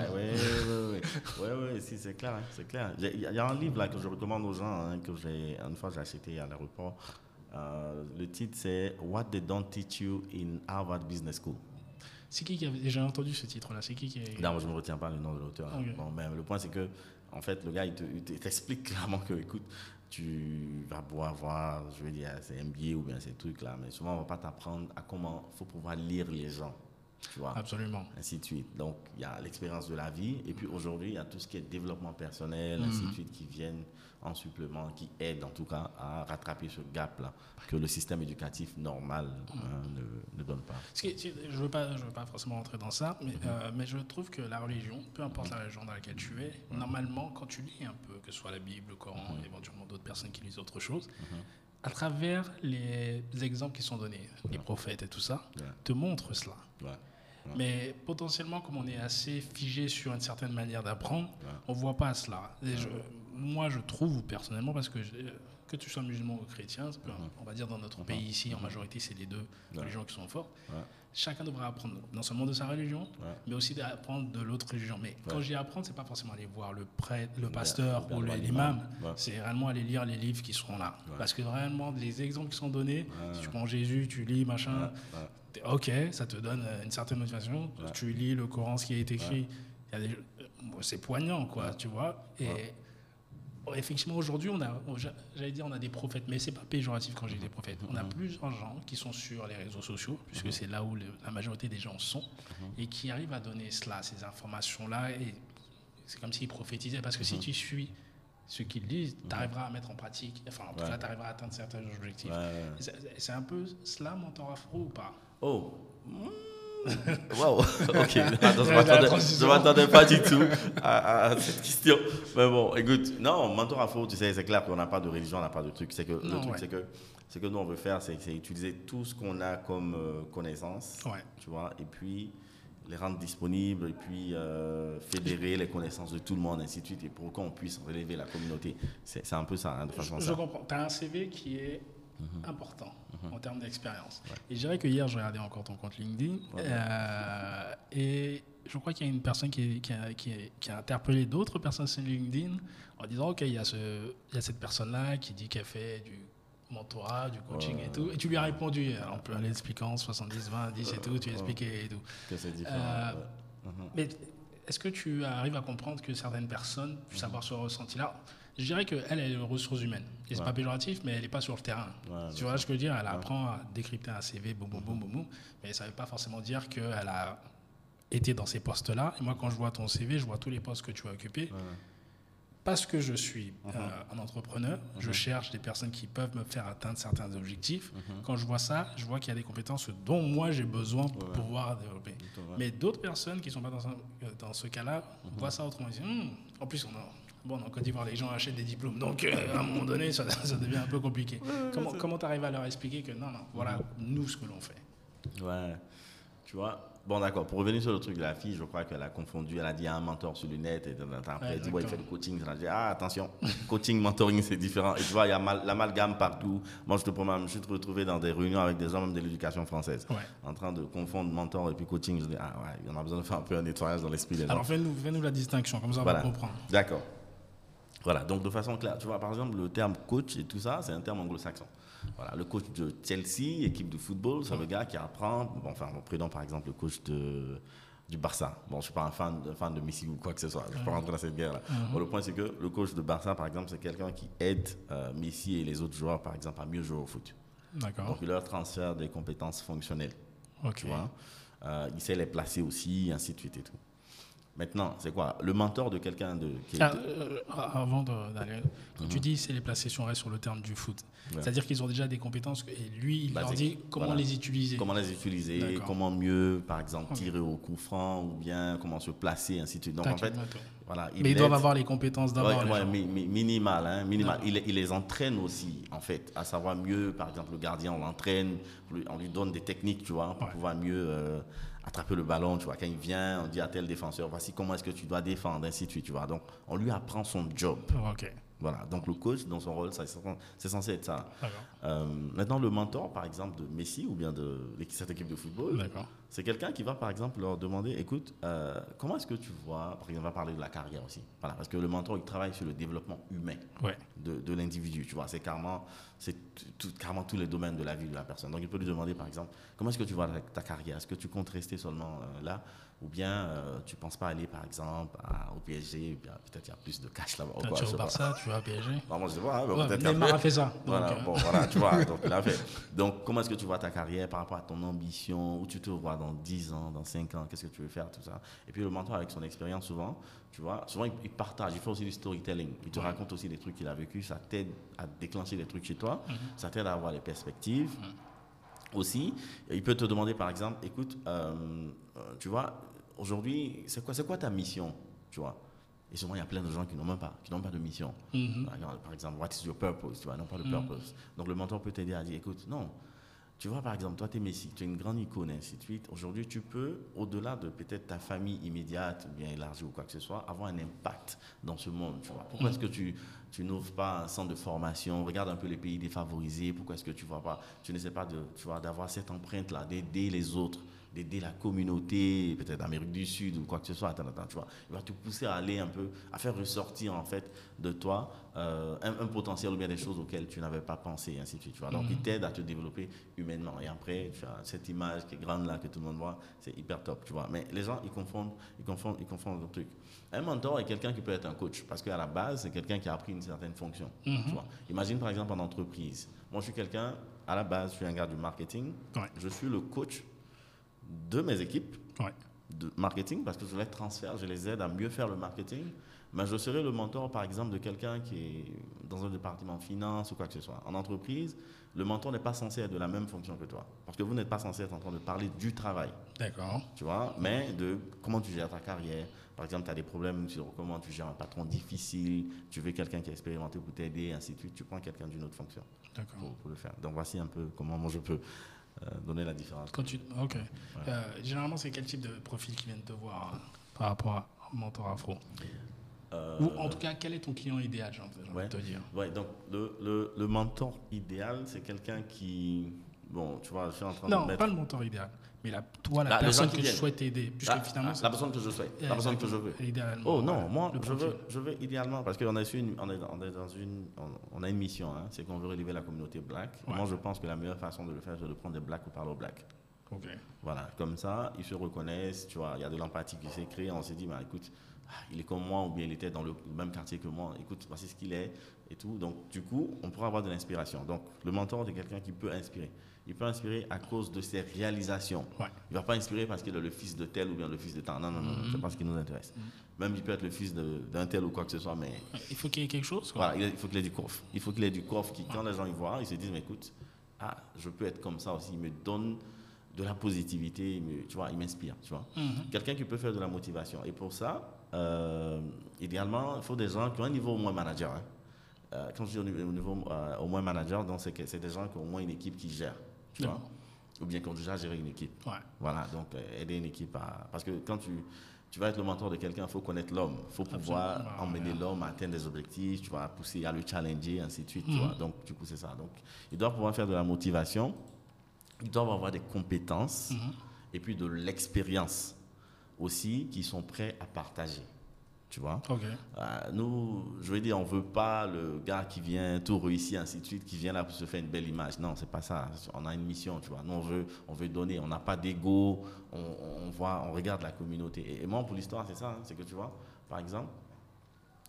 Ouais, si, c'est clair, hein, c'est clair. Il y a un livre là que je recommande aux gens, hein, que une fois j'ai acheté à l'aéroport. Le titre c'est What They Don't Teach You in Harvard Business School. C'est qui avait déjà entendu ce titre-là? C'est qui Non, moi, je ne me retiens pas le nom de l'auteur. Okay. Bon, mais le point c'est que, en fait, le gars il t'explique clairement que, écoute, tu vas pouvoir voir, je veux dire, c'est MBA ou bien ces trucs-là, mais souvent on ne va pas t'apprendre à comment il faut pouvoir lire les gens. Tu vois, absolument. Ainsi de suite. Donc, il y a l'expérience de la vie. Et puis, aujourd'hui, il y a tout ce qui est développement personnel, ainsi de suite, qui viennent en supplément, qui aident en tout cas à rattraper ce gap-là que le système éducatif normal ne donne pas. Je ne veux pas forcément rentrer dans ça, mais je trouve que la religion, peu importe la religion dans laquelle tu es, normalement, quand tu lis un peu, que ce soit la Bible, le Coran, éventuellement d'autres personnes qui lisent autre chose, à travers les exemples qui sont donnés, les prophètes et tout ça, te montrent cela. Mais potentiellement, comme on est assez figé sur une certaine manière d'apprendre, on ne voit pas cela. Et moi, je trouve personnellement, parce que tu sois musulman ou chrétien, on va dire dans notre pays ici, en majorité, c'est les deux religions qui sont fortes. Chacun devrait apprendre non seulement de sa religion, mais aussi d'apprendre de l'autre religion. Mais quand je dis apprendre, ce n'est pas forcément aller voir le prêtre, le pasteur ou l'imam. C'est réellement aller lire les livres qui seront là. Parce que réellement, les exemples qui sont donnés, si tu prends Jésus, tu lis, machin... Ok, ça te donne une certaine motivation. Tu lis le Coran, ce qui est écrit. C'est poignant, quoi, tu vois. Et effectivement, aujourd'hui, on a des prophètes, mais c'est pas péjoratif quand j'ai des prophètes. On a plusieurs gens qui sont sur les réseaux sociaux, puisque c'est là où la majorité des gens sont, et qui arrivent à donner cela, ces informations-là. Et c'est comme s'ils prophétisaient, parce que si tu suis ce qu'ils disent, tu arriveras à mettre en pratique, enfin, en tout cas, tu arriveras à atteindre certains objectifs. C'est un peu cela, Mentor Afro, ou pas? Oh, wow, ok, je ne m'attendais pas du tout à cette question. Mais bon, écoute, non, Mentor Afro, tu sais, c'est clair qu'on n'a pas de religion, on n'a pas de truc. C'est que le truc, c'est que nous, on veut faire, c'est utiliser tout ce qu'on a comme connaissances, tu vois, et puis les rendre disponibles, et puis fédérer les connaissances de tout le monde, ainsi de suite, et pour qu'on puisse relever la communauté. C'est un peu ça, hein, de façon Je comprends. Tu as un CV qui est important en termes d'expérience. Et je dirais que hier, je regardais encore ton compte LinkedIn et je crois qu'il y a une personne qui a interpellé d'autres personnes sur LinkedIn en disant OK, il y a cette personne-là qui dit qu'elle fait du mentorat, du coaching et tout. Et tu lui as répondu en l'expliquant 70, 20, 10 et tout, tu expliquais et tout. Que c'est différent. Mais est-ce que tu arrives à comprendre que certaines personnes puissent avoir ce ressenti-là? Je dirais qu'elle est les ressources humaines. Et c'est pas péjoratif, mais elle n'est pas sur le terrain. Tu vois ce que je veux dire? Elle apprend à décrypter un CV, boum, boum, boum, boum, boum. Mais ça ne veut pas forcément dire qu'elle a été dans ces postes-là. Et moi, quand je vois ton CV, je vois tous les postes que tu as occupés. Parce que je suis un entrepreneur, je cherche des personnes qui peuvent me faire atteindre certains objectifs. Quand je vois ça, je vois qu'il y a des compétences dont moi j'ai besoin pour pouvoir développer. Mais d'autres personnes qui ne sont pas dans ce cas-là voient ça autrement. Ils disent, en plus, en Côte d'Ivoire, les gens achètent des diplômes. Donc, à un moment donné, ça devient un peu compliqué. Comment tu arrives à leur expliquer que non, voilà, nous, ce que l'on fait? Ouais, tu vois. Bon, d'accord. Pour revenir sur le truc de la fille, je crois qu'elle a confondu. Elle a dit un mentor sur lunettes. Et après, elle dit, il fait du coaching. Elle a dit, attention, coaching, mentoring, c'est différent. Et tu vois, il y a l'amalgame partout. Moi, je te promets, je me suis retrouvé dans des réunions avec des hommes de l'éducation française, en train de confondre mentor et puis coaching. Je dis, il y en a besoin de faire un peu un nettoyage dans l'esprit des gens. Alors, fais-nous la distinction, comme ça, on va comprendre. D'accord. Voilà, donc de façon claire, tu vois, par exemple, le terme coach et tout ça, c'est un terme anglo-saxon. Voilà, le coach de Chelsea, équipe de football, c'est le gars qui apprend, prenons par exemple le coach du Barça. Bon, je ne suis pas un fan de Messi ou quoi que ce soit, je ne vais pas rentrer dans cette guerre-là. Bon, le point, c'est que le coach de Barça, par exemple, c'est quelqu'un qui aide Messi et les autres joueurs, par exemple, à mieux jouer au foot. D'accord. Donc, il leur transfère des compétences fonctionnelles. Tu vois, il sait les placer aussi, ainsi de suite et tout. Maintenant, c'est quoi? Le mentor de quelqu'un avant d'aller, quand tu dis c'est les placer si on reste sur le terme du foot, c'est-à-dire qu'ils ont déjà des compétences et lui, il leur dit comment les utiliser. Comment les utiliser, comment mieux, par exemple, tirer au coup franc ou bien comment se placer, ainsi de suite. Donc, en fait, voilà. Mais ils doivent avoir les compétences d'abord. Minimal, hein, minimal. Il les entraîne aussi, en fait, à savoir mieux, par exemple, le gardien, on l'entraîne, on lui donne des techniques, tu vois, pour pouvoir mieux attraper le ballon, tu vois. Quand il vient, on dit à tel défenseur, voici comment est-ce que tu dois défendre, ainsi de suite, tu vois. Donc, on lui apprend son job. OK. Voilà, donc le coach, dans son rôle, c'est censé être ça. Maintenant, le mentor, par exemple, de Messi ou bien de cette équipe de football, c'est quelqu'un qui va, par exemple, leur demander, écoute, comment est-ce que tu vois, par exemple, on va parler de la carrière aussi, voilà, parce que le mentor, il travaille sur le développement humain de l'individu, tu vois, c'est carrément tous les domaines de la vie de la personne. Donc, il peut lui demander, par exemple, comment est-ce que tu vois ta carrière? Est-ce que tu comptes rester seulement là? Ou bien tu ne penses pas aller, par exemple, au PSG, peut-être il y a plus de cash là-bas. Tu vas au Barça, tu vas au PSG. Non, moi, je sais pas. Hein, peut-être Neymar a fait ça. Voilà, voilà, tu vois, donc il a fait. Donc, comment est-ce que tu vois ta carrière par rapport à ton ambition? Où tu te vois dans 10 ans, dans 5 ans? Qu'est-ce que tu veux faire, tout ça? Et puis, le mentor, avec son expérience, souvent, tu vois, souvent, il partage, il fait aussi du storytelling. Il te raconte aussi des trucs qu'il a vécu. Ça t'aide à déclencher des trucs chez toi. Ça t'aide à avoir les perspectives. Aussi, il peut te demander, par exemple, écoute, tu vois, aujourd'hui, c'est quoi ta mission, tu vois? Et souvent, il y a plein de gens qui n'ont pas de mission. Par exemple, what is your purpose, tu vois, non pas de purpose. Donc, le mentor peut t'aider à dire, écoute, non, tu vois, par exemple, toi, tu es Messi, tu es une grande icône, ainsi de suite. Aujourd'hui, tu peux, au-delà de peut-être ta famille immédiate, ou bien élargie ou quoi que ce soit, avoir un impact dans ce monde, tu vois. Pourquoi est-ce que tu n'ouvres pas un centre de formation? Regarde un peu les pays défavorisés. Pourquoi est-ce que tu n'essaies pas d'avoir cette empreinte-là, d'aider les autres, d'aider la communauté, peut-être d'Amérique du Sud ou quoi que ce soit, tu vois. Il va te pousser à aller un peu, à faire ressortir en fait de toi un potentiel ou bien des choses auxquelles tu n'avais pas pensé, et ainsi de suite, tu vois. Donc, il t'aide à te développer humainement. Et après, tu as cette image qui est grande là, que tout le monde voit, c'est hyper top, tu vois. Mais les gens, ils confondent le truc. Un mentor est quelqu'un qui peut être un coach, parce qu'à la base, c'est quelqu'un qui a appris une certaine fonction, tu vois. Imagine par exemple en entreprise. Moi, je suis quelqu'un, à la base, je suis un gars du marketing. Je suis le coach de mes équipes de marketing, parce que je les transfère, je les aide à mieux faire le marketing, mais je serai le mentor, par exemple, de quelqu'un qui est dans un département finance ou quoi que ce soit. En entreprise, le mentor n'est pas censé être de la même fonction que toi, parce que vous n'êtes pas censé être en train de parler du travail. D'accord. Tu vois, mais de comment tu gères ta carrière. Par exemple, tu as des problèmes sur comment tu gères un patron difficile, tu veux quelqu'un qui est expérimenté pour t'aider, ainsi de suite, tu prends quelqu'un d'une autre fonction pour le faire. Donc, voici un peu comment moi je peux donner la différence. Généralement, c'est quel type de profil qui viennent te voir par rapport à mentor afro? Ou en tout cas, quel est ton client idéal, j'ai envie de te dire? Donc le mentor idéal, c'est quelqu'un qui... Bon, tu vois, je suis en train de mettre... pas le mentor idéal, mais la personne que tu souhaites aider. La personne que je souhaite, la personne que je veux. Idéalement. Moi, je veux idéalement, parce qu'on a une mission, hein, c'est qu'on veut relever la communauté black. Moi, je pense que la meilleure façon de le faire, c'est de prendre des blacks ou parler aux blacks. Voilà, comme ça, ils se reconnaissent, tu vois, il y a de l'empathie qui s'est créée, on s'est dit, écoute, il est comme moi, ou bien il était dans le même quartier que moi, écoute, voici ce qu'il est, et tout. Donc, du coup, on pourra avoir de l'inspiration. Donc, le mentor, c'est quelqu'un qui peut inspirer. Il peut inspirer à cause de ses réalisations. Il ne va pas inspirer parce qu'il est le fils de tel ou bien le fils de tel. Non, c'est pas ce qui nous intéresse. Même il peut être le fils d'un tel ou quoi que ce soit, mais... Il faut qu'il y ait quelque chose, Voilà, il faut qu'il ait du coffre. Il faut qu'il ait du coffre qui, quand les gens y voient, ils se disent, mais écoute, je peux être comme ça aussi. Il me donne de la positivité, tu vois, il m'inspire, tu vois. Quelqu'un qui peut faire de la motivation. Et pour ça, idéalement, il faut des gens qui ont un niveau au moins manager. Hein. Quand je dis au niveau au moins manager, donc c'est des gens qui ont au moins une équipe qui gère, tu vois. Ou bien qui ont déjà géré une équipe. Voilà, donc aider une équipe à... Parce que quand tu vas être le mentor de quelqu'un, il faut connaître l'homme. Il faut pouvoir emmener l'homme à atteindre des objectifs, tu vas pousser à le challenger, ainsi de suite, tu vois. Donc, du coup, c'est ça. Donc, il doit pouvoir faire de la motivation. Ils doivent avoir des compétences et puis de l'expérience aussi qui sont prêts à partager. Tu vois? Nous, je veux dire, on ne veut pas le gars qui vient tout réussir, ainsi de suite, qui vient là pour se faire une belle image. Non, c'est pas ça. On a une mission, tu vois. Nous, on veut donner. On n'a pas d'ego. On regarde la communauté. Et moi, pour l'histoire, c'est ça. Hein, c'est que, tu vois, par exemple,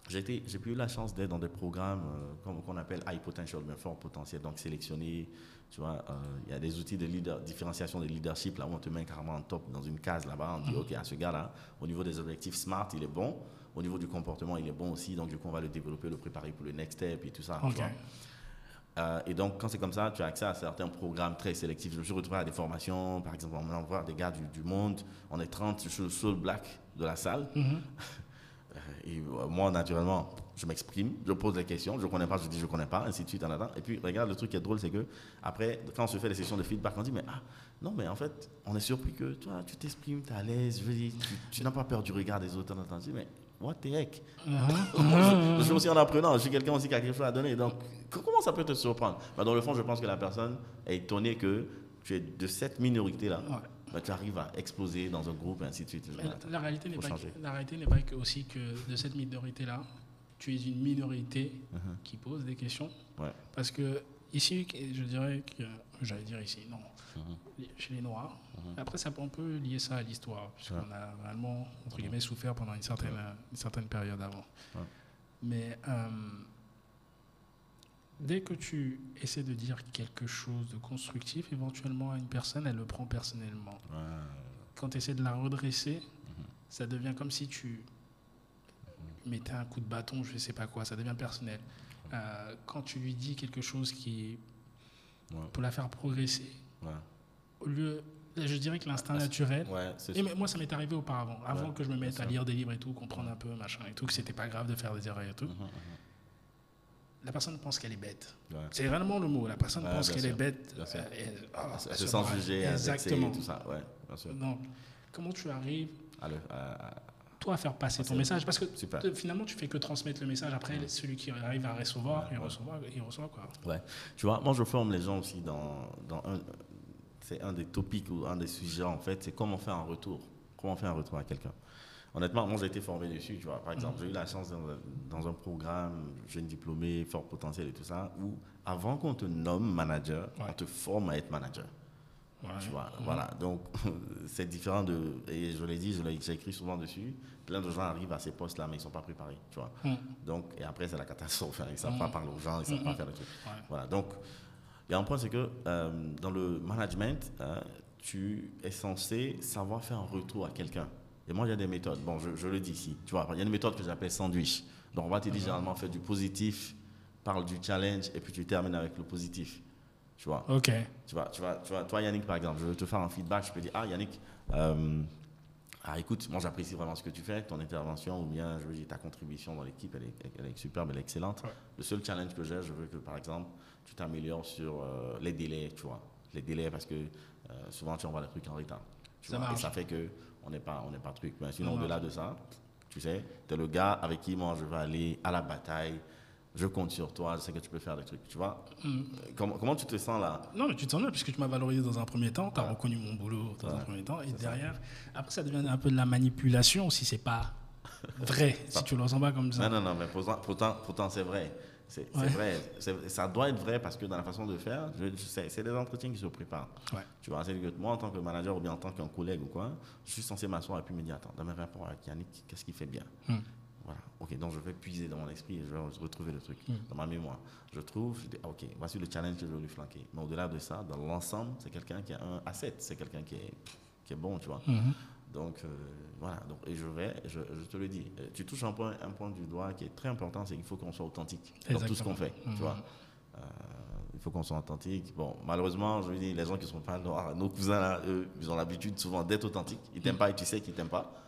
j'ai eu la chance d'être dans des programmes qu'on appelle high potential, mais fort potentiel, donc sélectionner, tu vois, il y a des outils de différenciation de leadership, là où on te met carrément en top dans une case là-bas, on dit, ok, à ce gars-là, au niveau des objectifs SMART, il est bon, au niveau du comportement, il est bon aussi, donc du coup, on va le développer, le préparer pour le next step et tout ça, tu vois. Et donc, quand c'est comme ça, tu as accès à certains programmes très sélectifs. Je me suis retrouvé à des formations, par exemple, on envoie des gars du monde, on est 30, je suis le seul black de la salle. Et moi, naturellement, je m'exprime, je pose des questions, je ne connais pas, je dis je ne connais pas, ainsi de suite, en attendant. Et puis, regarde, le truc qui est drôle, c'est que après, quand on se fait les sessions de feedback, on dit, mais non, mais en fait, on est surpris que toi, tu t'exprimes, tu es à l'aise, je veux dire, tu n'as pas peur du regard des autres, en attendant. Je dis, mais what the heck? Je suis aussi en apprenant, je suis quelqu'un aussi qui a quelque chose à donner. Donc, comment ça peut te surprendre? Dans le fond, je pense que la personne est étonnée que tu es de cette minorité-là. Tu arrives à exploser dans un groupe, et ainsi de suite. La réalité n'est pas aussi que de cette minorité-là, tu es une minorité qui pose des questions. Parce que ici, j'allais dire ici, non, chez les Noirs, après on peut lier ça à l'histoire, puisqu'on a vraiment, entre guillemets, souffert pendant une certaine période avant. Mais dès que tu essaies de dire quelque chose de constructif, éventuellement à une personne, elle le prend personnellement. Quand tu essaies de la redresser, ça devient comme si tu mettais un coup de bâton, je ne sais pas quoi, ça devient personnel. Quand tu lui dis quelque chose qui pour la faire progresser, au lieu, je dirais que l'instinct naturel, moi ça m'est arrivé auparavant, avant que je me mette à lire des livres et tout, comprendre un peu, machin et tout, que c'était pas grave de faire des erreurs et tout. La personne pense qu'elle est bête. C'est vraiment le mot. La personne pense qu'elle est bête. Elle se sent jugée, exactement. Tout ça. Bien sûr. Donc, comment tu arrives, toi, à faire passer ton message? Parce que finalement, tu fais que transmettre le message. Après, celui qui arrive à recevoir, il reçoit quoi. Tu vois, moi, je forme les gens aussi c'est un des topics ou un des sujets, en fait, c'est comment faire un retour. Comment faire un retour à quelqu'un. Honnêtement, moi j'ai été formé dessus, tu vois. Par exemple, j'ai eu la chance dans un programme, jeune diplômé, fort potentiel et tout ça, où avant qu'on te nomme manager, on te forme à être manager. Tu vois, voilà. Donc, c'est différent et je l'ai dit, j'ai écrit souvent dessus, plein de gens arrivent à ces postes-là, mais ils ne sont pas préparés, tu vois. Donc, et après, c'est la catastrophe. Ils ne savent pas parler aux gens, ils ne savent pas faire le truc. Voilà. Donc, il y a un point, c'est que dans le management, tu es censé savoir faire un retour à quelqu'un. Et moi, il y a des méthodes. Bon, je le dis ici. Tu vois, il y a une méthode que j'appelle sandwich. Donc, on va te dire généralement, fais du positif, parle du challenge, et puis tu termines avec le positif. Tu vois. OK. Tu vois, toi, Yannick, par exemple, je veux te faire un feedback. Je peux dire, Yannick, écoute, moi, j'apprécie vraiment ce que tu fais, ton intervention, ou bien, je veux dire, ta contribution dans l'équipe, elle est superbe, elle est excellente. Le seul challenge que j'ai, je veux que, par exemple, tu t'améliores sur les délais, tu vois. Les délais, parce que souvent, tu envoies les trucs en retard. Et ça fait que on n'est pas truc. Mais sinon, au-delà de ça, tu sais, tu es le gars avec qui moi je vais aller à la bataille, je compte sur toi, je sais que tu peux faire des trucs, tu vois. Comment tu te sens là? Non, mais tu te sens bien puisque tu m'as valorisé dans un premier temps, tu as reconnu mon boulot dans un premier temps, et derrière, après ça devient un peu de la manipulation si c'est pas vrai, si tu le ressens pas comme ça. Non, mais pourtant c'est vrai. C'est vrai, ça doit être vrai parce que dans la façon de faire, c'est des entretiens qui se préparent. Tu vois, c'est-à-dire que moi, en tant que manager ou bien en tant qu'un collègue ou quoi, je suis censé m'asseoir et puis me dire, attends, dans mes rapports avec Yannick, qu'est-ce qu'il fait bien? Voilà, ok, donc je vais puiser dans mon esprit et je vais retrouver le truc dans ma mémoire. Je dis, ok, voici le challenge que je vais lui flanquer. Mais au-delà de ça, dans l'ensemble, c'est quelqu'un qui a un asset, c'est quelqu'un qui est bon, tu vois. Donc, voilà, donc, et je te le dis, tu touches un point du doigt qui est très important, c'est qu'il faut qu'on soit authentique dans tout ce qu'on fait, tu vois. Il faut qu'on soit authentique. Bon, malheureusement, je veux dire, les gens qui ne sont pas noirs, nos cousins, là, eux, ils ont l'habitude souvent d'être authentiques. Ils ne t'aiment pas et tu sais qu'ils ne t'aiment pas.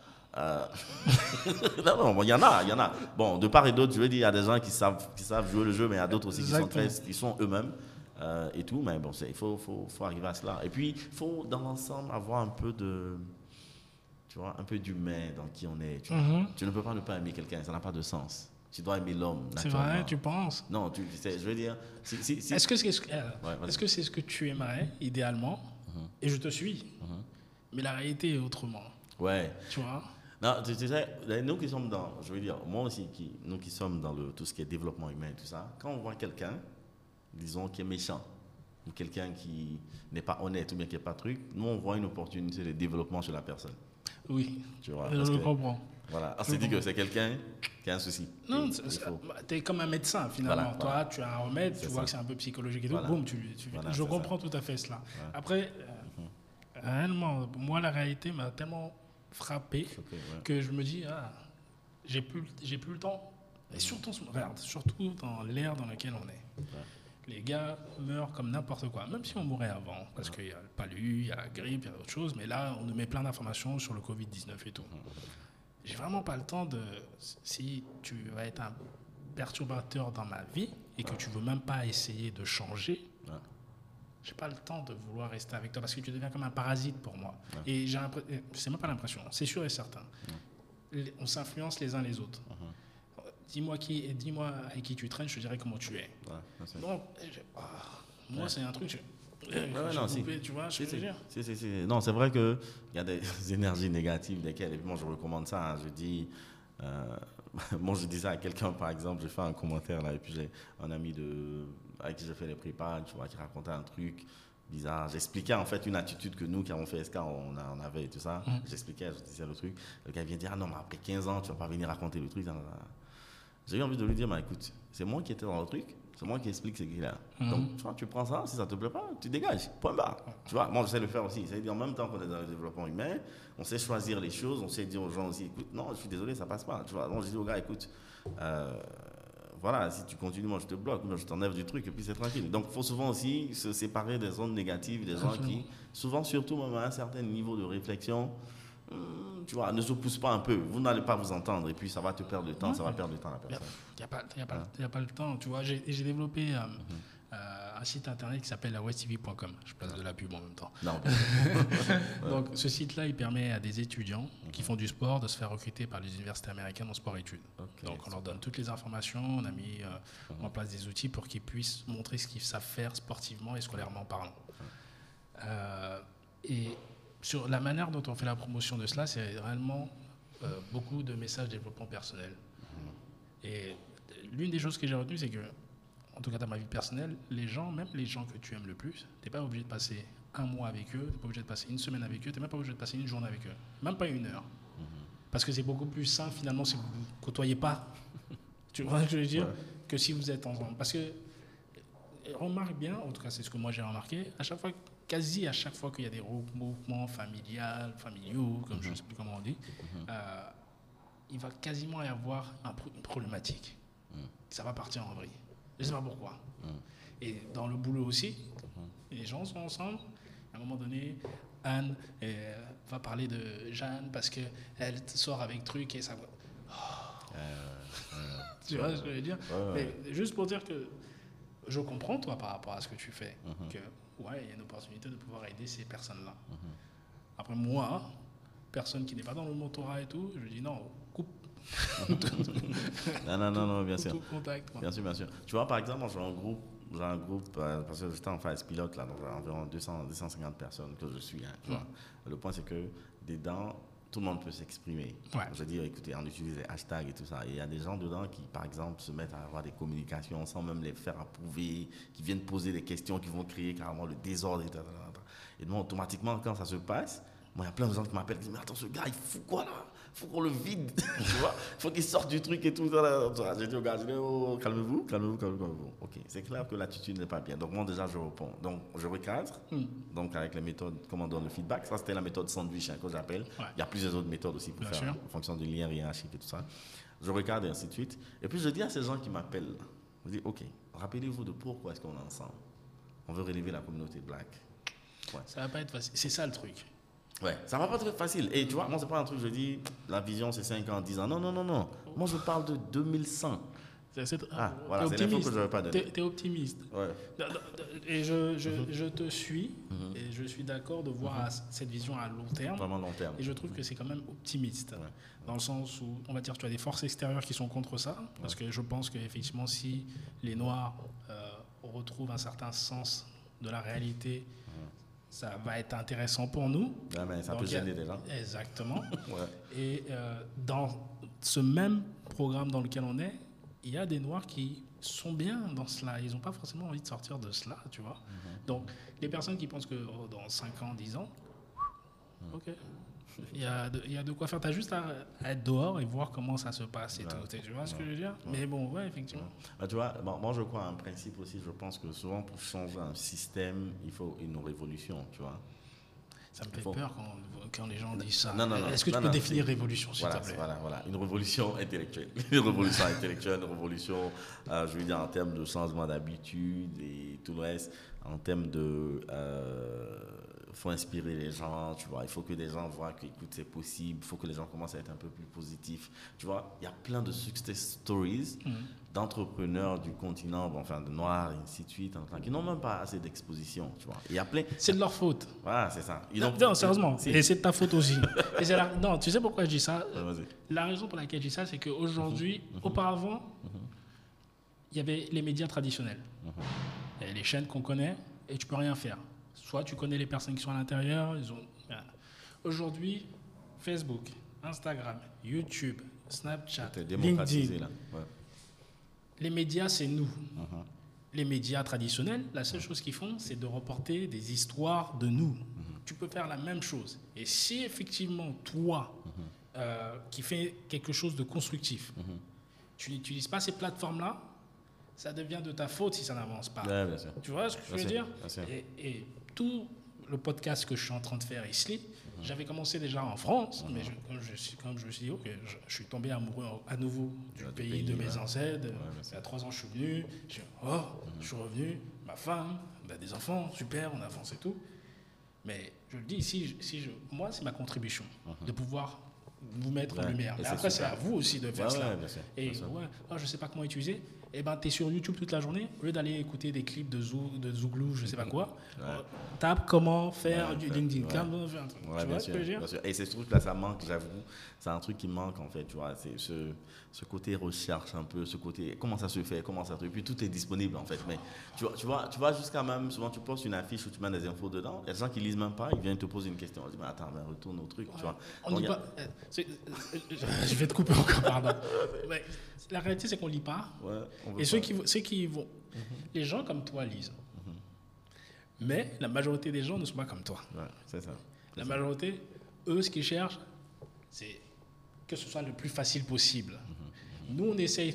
Non, bon, il y en a. Bon, de part et d'autre, je veux dire, il y a des gens qui savent jouer le jeu, mais il y a d'autres aussi qui sont eux-mêmes. Et tout, mais bon, il faut arriver à cela. Et puis, il faut, dans l'ensemble, avoir un peu d'humain dans qui on est. Tu ne peux pas ne pas aimer quelqu'un, ça n'a pas de sens. Tu dois aimer l'homme, naturellement. C'est vrai, tu penses? Non, je veux dire... Est-ce que c'est ce que tu aimerais, idéalement? Et je te suis. Mais la réalité est autrement. Ouais. Tu vois? Non, tu sais, nous qui sommes je veux dire, moi aussi, nous qui sommes dans tout ce qui est développement humain et tout ça, quand on voit quelqu'un, disons, qui est méchant, ou quelqu'un qui n'est pas honnête, ou bien qui n'est pas truc, nous, on voit une opportunité de développement chez la personne. Oui, tu vois, je comprends. Voilà, on s'est dit que c'est quelqu'un qui y a un souci. Non, tu es comme un médecin finalement. Toi, tu as un remède, tu vois que c'est un peu psychologique et tout, boum, je comprends tout à fait cela. Ouais. Après, réellement, moi, la réalité m'a tellement frappé que je me dis, j'ai plus le temps. Et surtout dans l'ère dans laquelle on est. Ouais. Les gars meurent comme n'importe quoi, même si on mourait avant, parce qu'il y a le palu, il y a la grippe, il y a d'autres choses, mais là, on nous met plein d'informations sur le Covid-19 et tout. J'ai vraiment pas le temps de... Si tu vas être un perturbateur dans ma vie et que tu veux même pas essayer de changer, j'ai pas le temps de vouloir rester avec toi parce que tu deviens comme un parasite pour moi. Et c'est même pas l'impression, c'est sûr et certain. On s'influence les uns les autres. Dis-moi avec qui tu traînes, je te dirai comment tu es. Donc, moi, c'est un truc... tu vois, je veux dire. Non, c'est vrai qu'il y a des énergies négatives desquelles, et puis moi, je recommande ça. Hein, je dis... moi, je disais à quelqu'un, par exemple, j'ai fait un commentaire, là, et puis j'ai un ami avec qui j'ai fait les prépas, tu vois, qui racontait un truc bizarre. J'expliquais en fait une attitude que nous qui avons fait SK, on avait et tout ça. J'expliquais, je disais le truc. Le gars vient dire, non, mais après 15 ans, tu vas pas venir raconter le truc. J'ai eu envie de lui dire, écoute, c'est moi qui étais dans le truc, c'est moi qui explique ce qu'il a. Donc, tu vois, tu prends ça, si ça te plaît pas, tu dégages, point barre. Tu vois, moi, je sais le faire aussi. C'est-à-dire, en même temps qu'on est dans le développement humain, on sait choisir les choses, on sait dire aux gens aussi, écoute, non, je suis désolé, ça passe pas. Tu vois, donc je dis au gars, écoute, voilà, si tu continues, moi, je te bloque, moi, je t'enlève du truc, et puis c'est tranquille. Donc, il faut souvent aussi se séparer des zones négatives, des gens qui, souvent, surtout, même à un certain niveau de réflexion, tu vois, ne se pousse pas un peu. Vous n'allez pas vous entendre et puis ça va te perdre du temps, ça va perdre du temps à la personne. Il n'y a pas le temps, tu vois. J'ai développé un site internet qui s'appelle westtv.com. Je place de la pub en même temps. Non. Donc, ce site-là, il permet à des étudiants qui font du sport de se faire recruter par les universités américaines en sport-études. Donc, on leur donne toutes les informations. On a mis en place des outils pour qu'ils puissent montrer ce qu'ils savent faire sportivement et scolairement parlant. Et sur la manière dont on fait la promotion de cela, c'est réellement beaucoup de messages de développement personnel. Et l'une des choses que j'ai retenues, c'est que, en tout cas dans ma vie personnelle, les gens, même les gens que tu aimes le plus, tu n'es pas obligé de passer un mois avec eux, tu n'es pas obligé de passer une semaine avec eux, tu n'es même pas obligé de passer une journée avec eux, même pas une heure. Parce que c'est beaucoup plus sain finalement si vous ne vous côtoyez pas, tu vois ce que je veux dire, que si vous êtes ensemble. Parce que, remarque bien, en tout cas c'est ce que moi j'ai remarqué, quasi à chaque fois qu'il y a des regroupements familiaux, comme je ne sais plus comment on dit, il va quasiment y avoir une problématique. Ça va partir en vrille. Je ne sais pas pourquoi. Et dans le boulot aussi, les gens sont ensemble. À un moment donné, Anne va parler de Jeanne parce qu'elle sort avec truc et ça va... tu vois ce que je veux dire? Mais juste pour dire que je comprends, toi, par rapport à ce que tu fais, que il y a une opportunité de pouvoir aider ces personnes-là. Après, moi, personne qui n'est pas dans le mentorat et tout, je dis non, coupe. non, bien sûr. Tout contact. Bien sûr. Tu vois, par exemple, j'ai un groupe parce que j'étais en phase pilote, là, donc j'ai environ 250 personnes que je suis. Hein, tu vois. Le point, c'est que dedans, tout le monde peut s'exprimer. Je dis, écoutez, on utilise les hashtags et tout ça. Et il y a des gens dedans qui, par exemple, se mettent à avoir des communications sans même les faire approuver, qui viennent poser des questions, qui vont créer carrément le désordre. Et donc, automatiquement, quand ça se passe, moi, il y a plein de gens qui m'appellent, qui disent, mais attends, ce gars, il fout quoi là? Il faut qu'on le vide, tu vois? Il faut qu'il sorte du truc et tout. J'ai dit au gars, calmez-vous. Ok, c'est clair que l'attitude n'est pas bien. Donc, moi, déjà, je réponds. Donc, je recadre. Donc, avec les méthodes, comment on donne le feedback. Ça, c'était la méthode sandwich, que j'appelle. Il y a plusieurs autres méthodes aussi pour faire en fonction du lien hiérarchique et tout ça. Je recadre et ainsi de suite. Et puis, je dis à ces gens qui m'appellent, je dis, ok, rappelez-vous de pourquoi est-ce qu'on est ensemble. On veut relever la communauté black. Ça va pas être facile. C'est ça le truc. Ça va pas être facile. Et tu vois, moi, c'est pas un truc, je dis, la vision, c'est 5 ans, 10 ans. Non. Moi, je parle de 2100. Voilà, c'est l'info que je ne veux pas donner. T'es optimiste. Et je te suis, et je suis d'accord de voir cette vision à long terme. Vraiment long terme. Et je trouve que c'est quand même optimiste. Dans le sens où, on va dire, tu as des forces extérieures qui sont contre ça. Parce que je pense qu'effectivement, si les Noirs retrouvent un certain sens de la réalité, ça va être intéressant pour nous. Ça peut gêner des gens. Exactement. Et dans ce même programme dans lequel on est, il y a des Noirs qui sont bien dans cela. Ils n'ont pas forcément envie de sortir de cela, tu vois. Donc, les personnes qui pensent que dans 5 ans, 10 ans, ok. Il y a de quoi faire. Tu as juste à être dehors et voir comment ça se passe et tout. Tu vois ce que je veux dire? Mais bon, ouais, effectivement. Bah, tu vois, moi je crois à un principe aussi. Je pense que souvent pour changer un système, il faut une révolution, tu vois. Ça me fait peur quand les gens disent ça. Non, Est-ce que tu peux définir révolution, s'il te plaît? Voilà. Une révolution intellectuelle. Une révolution intellectuelle, une révolution, je veux dire, en termes de changement d'habitude et tout le reste, en termes de... faut inspirer les gens, tu vois. Il faut que les gens voient que, écoute, c'est possible. Il faut que les gens commencent à être un peu plus positifs. Tu vois, il y a plein de success stories d'entrepreneurs du continent, enfin de noirs, et ainsi de suite, qui n'ont même pas assez d'exposition, tu vois. Il y a plein... C'est de leur faute. Voilà, c'est ça. Non, sérieusement. Et c'est de ta faute aussi. Non, tu sais pourquoi je dis ça? Vas-y. La raison pour laquelle je dis ça, c'est qu'aujourd'hui, auparavant, il y avait les médias traditionnels. Il y a les chaînes qu'on connaît et tu peux rien faire. Soit tu connais les personnes qui sont à l'intérieur. Aujourd'hui, Facebook, Instagram, YouTube, Snapchat, LinkedIn. Là. Ouais. Les médias, c'est nous. Les médias traditionnels, la seule chose qu'ils font, c'est de reporter des histoires de nous. Tu peux faire la même chose. Et si effectivement, toi, qui fais quelque chose de constructif, tu n'utilises pas ces plateformes-là, ça devient de ta faute si ça n'avance pas. Ouais, bien sûr. Tu vois ce que je veux dire? Et tout le podcast que je suis en train de faire ici, j'avais commencé déjà en France, mais comme je me suis dit, ok, je suis tombé amoureux à nouveau du pays de mes ancêtres. Il y a 3 ans, je suis venu. Je suis revenu, ma femme, on a des enfants, super, on avance et tout. Mais je le dis, moi, c'est ma contribution de pouvoir vous mettre en lumière. Mais après, c'est à vous aussi de faire cela. Et je ne sais pas comment utiliser. Eh ben, tu es sur YouTube toute la journée, au lieu d'aller écouter des clips de Zouglou, je ne sais pas quoi, tape comment faire du LinkedIn. Tu vois ce que je veux dire? Et c'est ce truc-là, ça manque, j'avoue. C'est un truc qui manque, en fait, tu vois. C'est ce côté recherche un peu, ce côté comment ça se fait, comment ça se fait. Et puis tout est disponible, en fait. Mais tu vois jusqu'à même, souvent tu postes une affiche où tu mets des infos dedans, il y a des gens qui lisent même pas, ils viennent te poser une question. On dit, mais attends, mais retourne au truc, tu vois. On lit pas. Je vais te couper encore, pardon. Mais la réalité, c'est qu'on lit pas. Et ceux qui vont, les gens comme toi lisent. Mais la majorité des gens ne sont pas comme toi. C'est ça. La majorité, eux, ce qu'ils cherchent, c'est que ce soit le plus facile possible. Nous, on essaye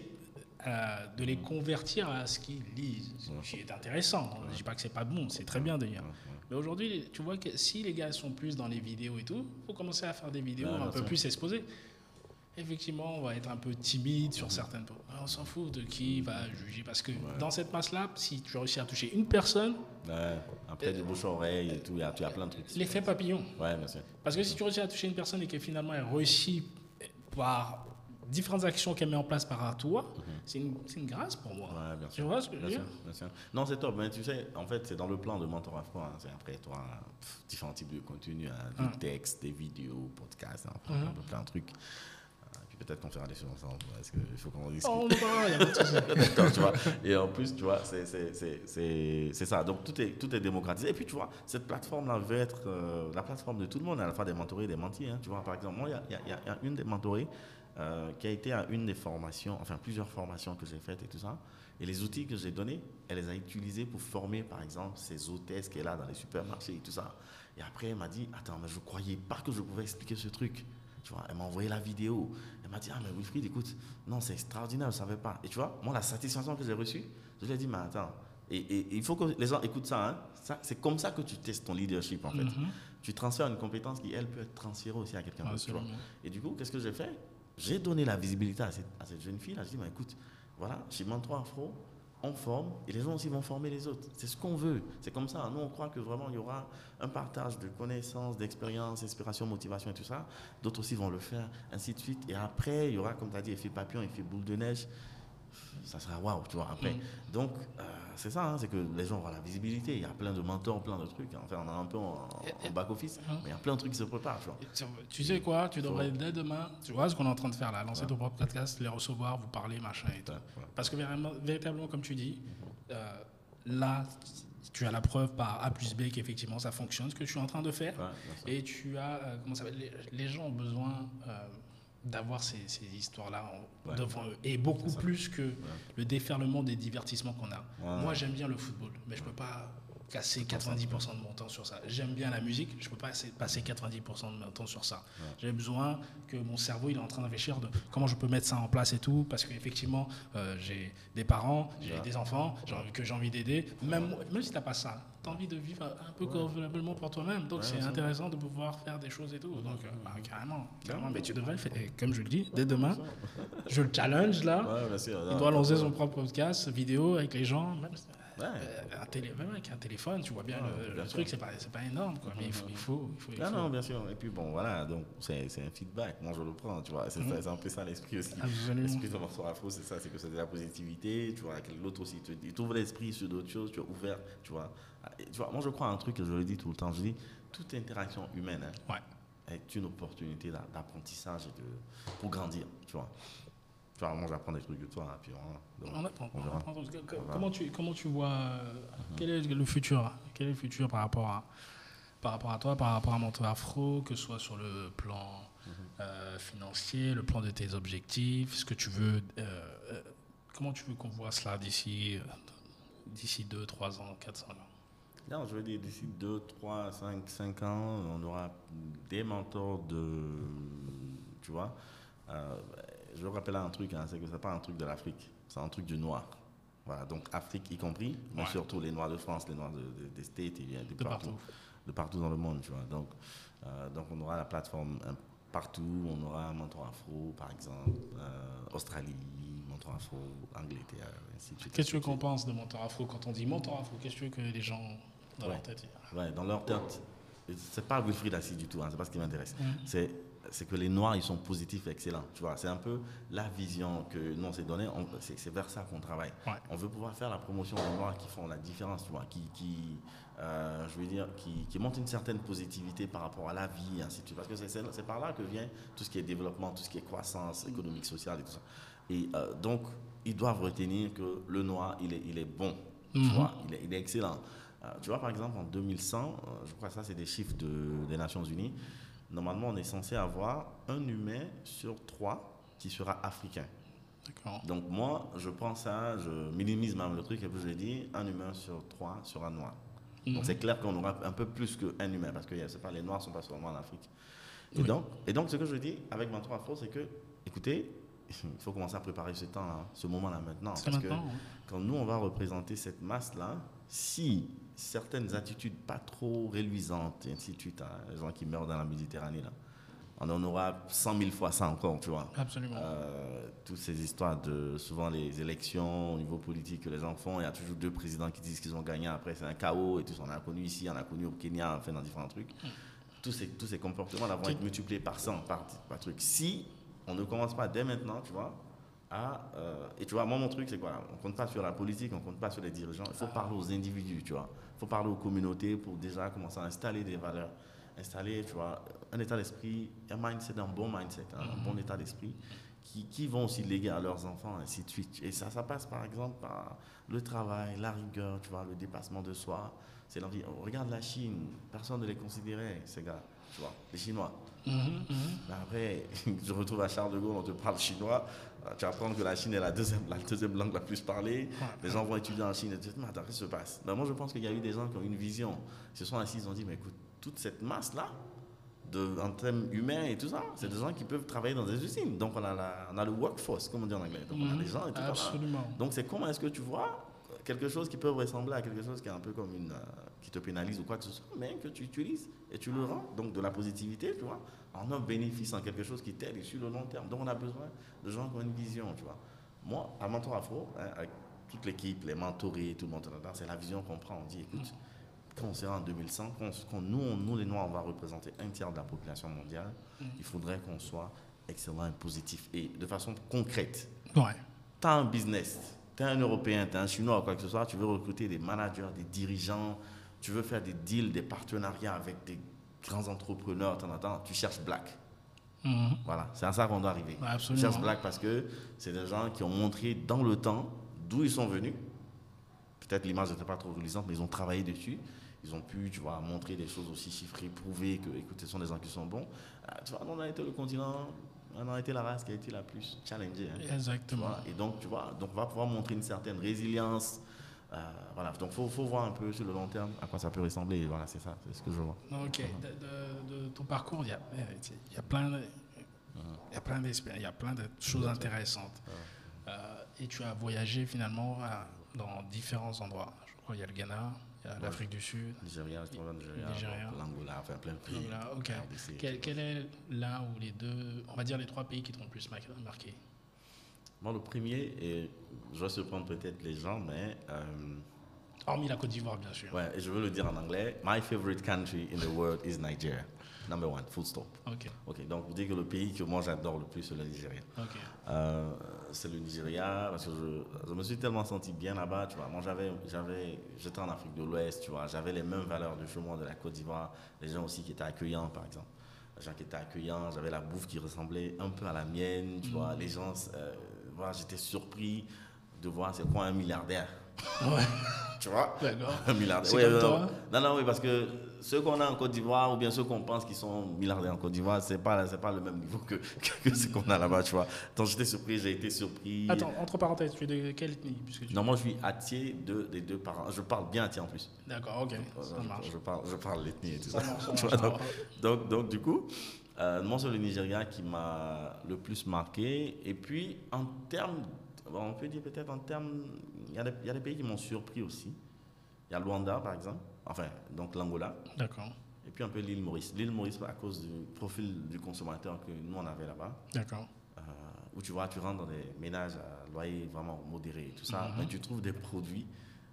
de les convertir à ce qu'ils lisent, ce qui est intéressant. Je ne dis pas que c'est pas bon, c'est très bien de lire. Mais aujourd'hui, tu vois que si les gars sont plus dans les vidéos et tout, il faut commencer à faire des vidéos un peu plus exposées. Effectivement, on va être un peu timide sur certaines choses. On s'en fout de qui va juger. Parce que dans cette masse-là, si tu réussis à toucher une personne... Après, du bouche-oreille et tout, tu as plein de trucs. L'effet papillon. Ouais, bien sûr. Parce que si tu réussis à toucher une personne et que finalement elle réussit par différentes actions qu'elle met en place par toi, c'est une grâce pour moi. Ouais, bien sûr. Tu vois ce que je veux dire? Bien sûr. Non, c'est top. Mais tu sais, en fait, c'est dans le plan de Mentor Afro. C'est après, toi, différents types de contenus, des textes, des vidéos, podcasts, plein de trucs. Peut-être qu'on fera des choses ensemble, parce qu'il faut qu'on discute. Oh, il y a pas de tu vois. Et en plus, tu vois, c'est ça. Donc, tout est démocratisé. Et puis, tu vois, cette plateforme-là veut être la plateforme de tout le monde, à la fois des mentorés et des mentis. Tu vois, par exemple, moi, il y a une des mentorées qui a été à une des formations, enfin, plusieurs formations que j'ai faites et tout ça. Et les outils que j'ai donnés, elle les a utilisés pour former, par exemple, ces hôtesses qu'elle a dans les supermarchés et tout ça. Et après, elle m'a dit, attends, mais je ne croyais pas que je pouvais expliquer ce truc. Tu vois, elle m'a envoyé la vidéo. Elle m'a dit, ah, mais Wilfried, écoute, non, c'est extraordinaire, je ne savais pas. Et tu vois, moi, la satisfaction que j'ai reçue, je lui ai dit, mais attends, et il faut que les gens écoutent ça, hein. C'est comme ça que tu testes ton leadership, en fait. Tu transfères une compétence qui, elle, peut être transférée aussi à quelqu'un d'autre. Et du coup, qu'est-ce que j'ai fait? J'ai donné la visibilité à cette jeune fille. Là, je dis, mais écoute, voilà, chez Mentor Afro, on forme et les gens aussi vont former les autres. C'est ce qu'on veut. C'est comme ça. Nous, on croit que vraiment, il y aura un partage de connaissances, d'expériences, inspiration, motivation et tout ça. D'autres aussi vont le faire, ainsi de suite. Et après, il y aura, comme tu as dit, effet papillon, effet boule de neige. Ça sera waouh, tu vois, après. Donc, c'est ça, hein, c'est que les gens auront la visibilité. Il y a plein de mentors, plein de trucs. Enfin, on a un peu en back-office, mais il y a plein de trucs qui se préparent, tu vois. Tu sais quoi, tu devrais dès demain, tu vois ce qu'on est en train de faire là, lancer ton propre podcast, les recevoir, vous parler, machin et tout. Parce que véritablement, comme tu dis, là, tu as la preuve par A plus B qu'effectivement ça fonctionne, ce que je suis en train de faire. Et tu as, comment ça s'appelle, les gens ont besoin d'avoir ces histoires-là devant eux. Et beaucoup plus que le déferlement des divertissements qu'on a. Moi, j'aime bien le football, mais je ne peux pas casser 90% de mon temps sur ça. J'aime bien la musique, je ne peux pas passer 90% de mon temps sur ça. Ouais. J'ai besoin que mon cerveau il est en train de réfléchir de comment je peux mettre ça en place et tout, parce qu'effectivement, j'ai des parents, j'ai des enfants que j'ai envie d'aider. Même si tu n'as pas ça, tu as envie de vivre un peu convenablement pour toi-même. Donc c'est intéressant de pouvoir faire des choses et tout. Donc carrément. Mais tu devrais le faire. Et comme je le dis, dès demain, je le challenge là. Il doit lancer son propre podcast vidéo avec les gens. Même, même avec un téléphone, tu vois bien le truc, c'est pas énorme, quoi, mais il faut. Non, bien sûr. Et puis bon, voilà, donc c'est un feedback. Moi, je le prends, tu vois. C'est un peu ça l'esprit aussi. L'esprit de Mentor Afro, c'est ça, c'est que c'est de la positivité, tu vois. L'autre aussi, tu ouvres l'esprit sur d'autres choses, tu es ouvert, tu vois. Tu vois, moi, je crois à un truc que je le dis tout le temps. Je dis, toute interaction humaine est une opportunité d'apprentissage et pour grandir, tu vois. Enfin, moi, j'apprends des trucs de toi. Puis on apprend. Comment tu vois quel est le futur? Quel est le futur par rapport à toi, par rapport à Mentor Afro, que ce soit sur le plan financier, le plan de tes objectifs, ce que tu veux, comment tu veux qu'on voit cela d'ici 2, 3 ans, 400 ans? Non, je veux dire, d'ici 2, 3, 5 ans, on aura des mentors tu vois. Je rappelle un truc, c'est que ce n'est pas un truc de l'Afrique, c'est un truc du noir. Voilà, donc Afrique y compris, mais surtout les noirs de France, les noirs des States, il y a de partout dans le monde, tu vois. Donc on aura la plateforme partout, on aura Mentor Afro, par exemple, Australie, Mentor Afro, Angleterre, ainsi de suite. Qu'est-ce que tu veux qu'on pense de Mentor Afro quand on dit Mentor Afro? Qu'est-ce que tu veux que les gens, dans leur tête, dans leur tête, c'est pas Wilfried Assis du tout, c'est pas ce qui m'intéresse. C'est que les Noirs, ils sont positifs et excellents. Tu vois, c'est un peu la vision que nous, on s'est donnée. C'est vers ça qu'on travaille. On veut pouvoir faire la promotion des Noirs qui font la différence, tu vois, qui montrent une certaine positivité par rapport à la vie, ainsi de suite. Parce que c'est par là que vient tout ce qui est développement, tout ce qui est croissance économique, sociale et tout ça. Et donc, ils doivent retenir que le Noir, il est bon, tu vois, il est excellent. Tu vois, par exemple, en 2100, je crois que ça, c'est des chiffres des Nations Unies. Normalement, on est censé avoir un humain sur 3 qui sera africain. D'accord. Donc moi, je prends ça, je minimise même le truc et puis je dis un humain sur 3 sera noir. Donc c'est clair qu'on aura un peu plus qu'un humain parce que les noirs ne sont pas seulement en Afrique. Et donc ce que je dis avec Mentor Afro, c'est que, écoutez, il faut commencer à préparer ce temps-là, ce moment-là maintenant. Parce que quand nous, on va représenter cette masse-là, si certaines attitudes pas trop reluisantes, et ainsi de suite, les gens qui meurent dans la Méditerranée, là, on en aura 100 000 fois ça encore, tu vois. Absolument. Toutes ces histoires souvent les élections au niveau politique que les gens font, il y a toujours 2 présidents qui disent qu'ils ont gagné, après c'est un chaos et tout ça. On a connu ici, on a connu au Kenya, enfin dans différents trucs. Tous ces comportements là vont être multipliés par 100, par truc. Si on ne commence pas dès maintenant, tu vois, et tu vois, moi mon truc c'est quoi? On ne compte pas sur la politique, on ne compte pas sur les dirigeants, il faut parler aux individus, tu vois. Il faut parler aux communautés pour déjà commencer à installer des valeurs, installer, tu vois, un état d'esprit, un mindset, un bon mindset, un bon état d'esprit qui vont aussi léguer à leurs enfants, ainsi de suite. Et ça passe par exemple par le travail, la rigueur, tu vois, le dépassement de soi. C'est l'envie. Regarde la Chine, personne ne les considérait, ces gars, tu vois, les Chinois. Mais après, je retrouve à Charles de Gaulle, on te parle chinois, tu vas apprendre que la Chine est la deuxième langue la plus parlée. Les gens vont étudier en Chine et te disent, mais attends, qu'est-ce qui se passe? Ben, moi, je pense qu'il y a eu des gens qui ont une vision. Ils se sont assis, ils ont dit, mais écoute, toute cette masse-là, en termes humains et tout ça, c'est des gens qui peuvent travailler dans des usines. Donc, on a le workforce, comme on dit en anglais. Donc, on a des gens et tout ça. Absolument. Donc, c'est comment est-ce que tu vois quelque chose qui peut ressembler à quelque chose qui est un peu comme qui te pénalise ou quoi que ce soit, mais que tu utilises et tu le rends, donc de la positivité, tu vois, en un bénéfice, en quelque chose qui t'aide sur le long terme. Donc on a besoin de gens qui ont une vision, tu vois. Moi, à Mentor Afro, avec toute l'équipe, les mentorés, tout le monde, c'est la vision qu'on prend. On dit, écoute, quand on sera en 2100, quand nous les Noirs, on va représenter 1/3 de la population mondiale, il faudrait qu'on soit excellent et positif et de façon concrète. Tu as un business, tu es un Européen, tu es un Chinois ou quoi que ce soit, tu veux recruter des managers, des dirigeants, tu veux faire des deals, des partenariats avec des grands entrepreneurs, tu cherches black. Voilà, c'est à ça qu'on doit arriver. Tu cherches black parce que c'est des gens qui ont montré dans le temps d'où ils sont venus. Peut-être l'image n'était pas trop reluisante, mais ils ont travaillé dessus. Ils ont pu, tu vois, montrer des choses aussi chiffrées, prouver que, écoute, ce sont des gens qui sont bons. Tu vois, on a été le continent, on a été la race qui a été la plus challengée. Exactement. Et donc, tu vois, on va pouvoir montrer une certaine résilience, Voilà, donc il faut voir un peu sur le long terme à quoi ça peut ressembler. Et voilà, c'est ça, c'est ce que je vois. Ok, de ton parcours, il y a plein de, il y a plein d'expériences, il y a plein de choses intéressantes. Et tu as voyagé finalement dans différents endroits. Je crois qu'il y a le Ghana, il y a l'Afrique du Sud, Nigeria, l'Angola, enfin plein de pays. Angola, ok. Quel est l'un ou les deux, on va dire les 3 pays qui t'ont le plus marqué? Moi, le premier, et je vais surprendre peut-être les gens, mais... Hormis la Côte d'Ivoire, bien sûr. Ouais, et je veux le dire en anglais. My favorite country in the world is Nigeria. Number 1, full stop. Ok, donc vous dites que le pays que moi j'adore le plus, c'est le Nigeria. C'est le Nigeria parce que je me suis tellement senti bien là-bas, tu vois. Moi, j'étais en Afrique de l'Ouest, tu vois. J'avais les mêmes valeurs de chez moi, de la Côte d'Ivoire. Les gens aussi qui étaient accueillants, par exemple. Les gens qui étaient accueillants, j'avais la bouffe qui ressemblait un peu à la mienne, tu vois. Les gens, voilà, j'étais surpris de voir c'est quoi un milliardaire. Ouais. Tu vois? D'accord. Un milliardaire. C'est comme toi? Non, oui, parce que ceux qu'on a en Côte d'Ivoire, ou bien ceux qu'on pense qu'ils sont milliardaires en Côte d'Ivoire, c'est pas le même niveau que ce qu'on a là-bas, tu vois. Donc j'ai été surpris. Attends, entre parenthèses, tu es de quelle ethnie? Non, moi je suis Atié des 2 parents. Je parle bien Atié en plus. D'accord, ok, ça marche. Je parle l'ethnie et tout ça. Donc du coup, moi c'est le Nigeria qui m'a le plus marqué. Et puis en termes, on peut dire peut-être en termes, il y a des pays qui m'ont surpris aussi. Il y a Luanda par exemple, enfin donc l'Angola. D'accord. Et puis un peu l'île Maurice. L'île Maurice à cause du profil du consommateur que nous on avait là-bas. D'accord. Où tu vois, tu rentres dans des ménages à loyer vraiment modéré et tout ça, mais tu trouves des produits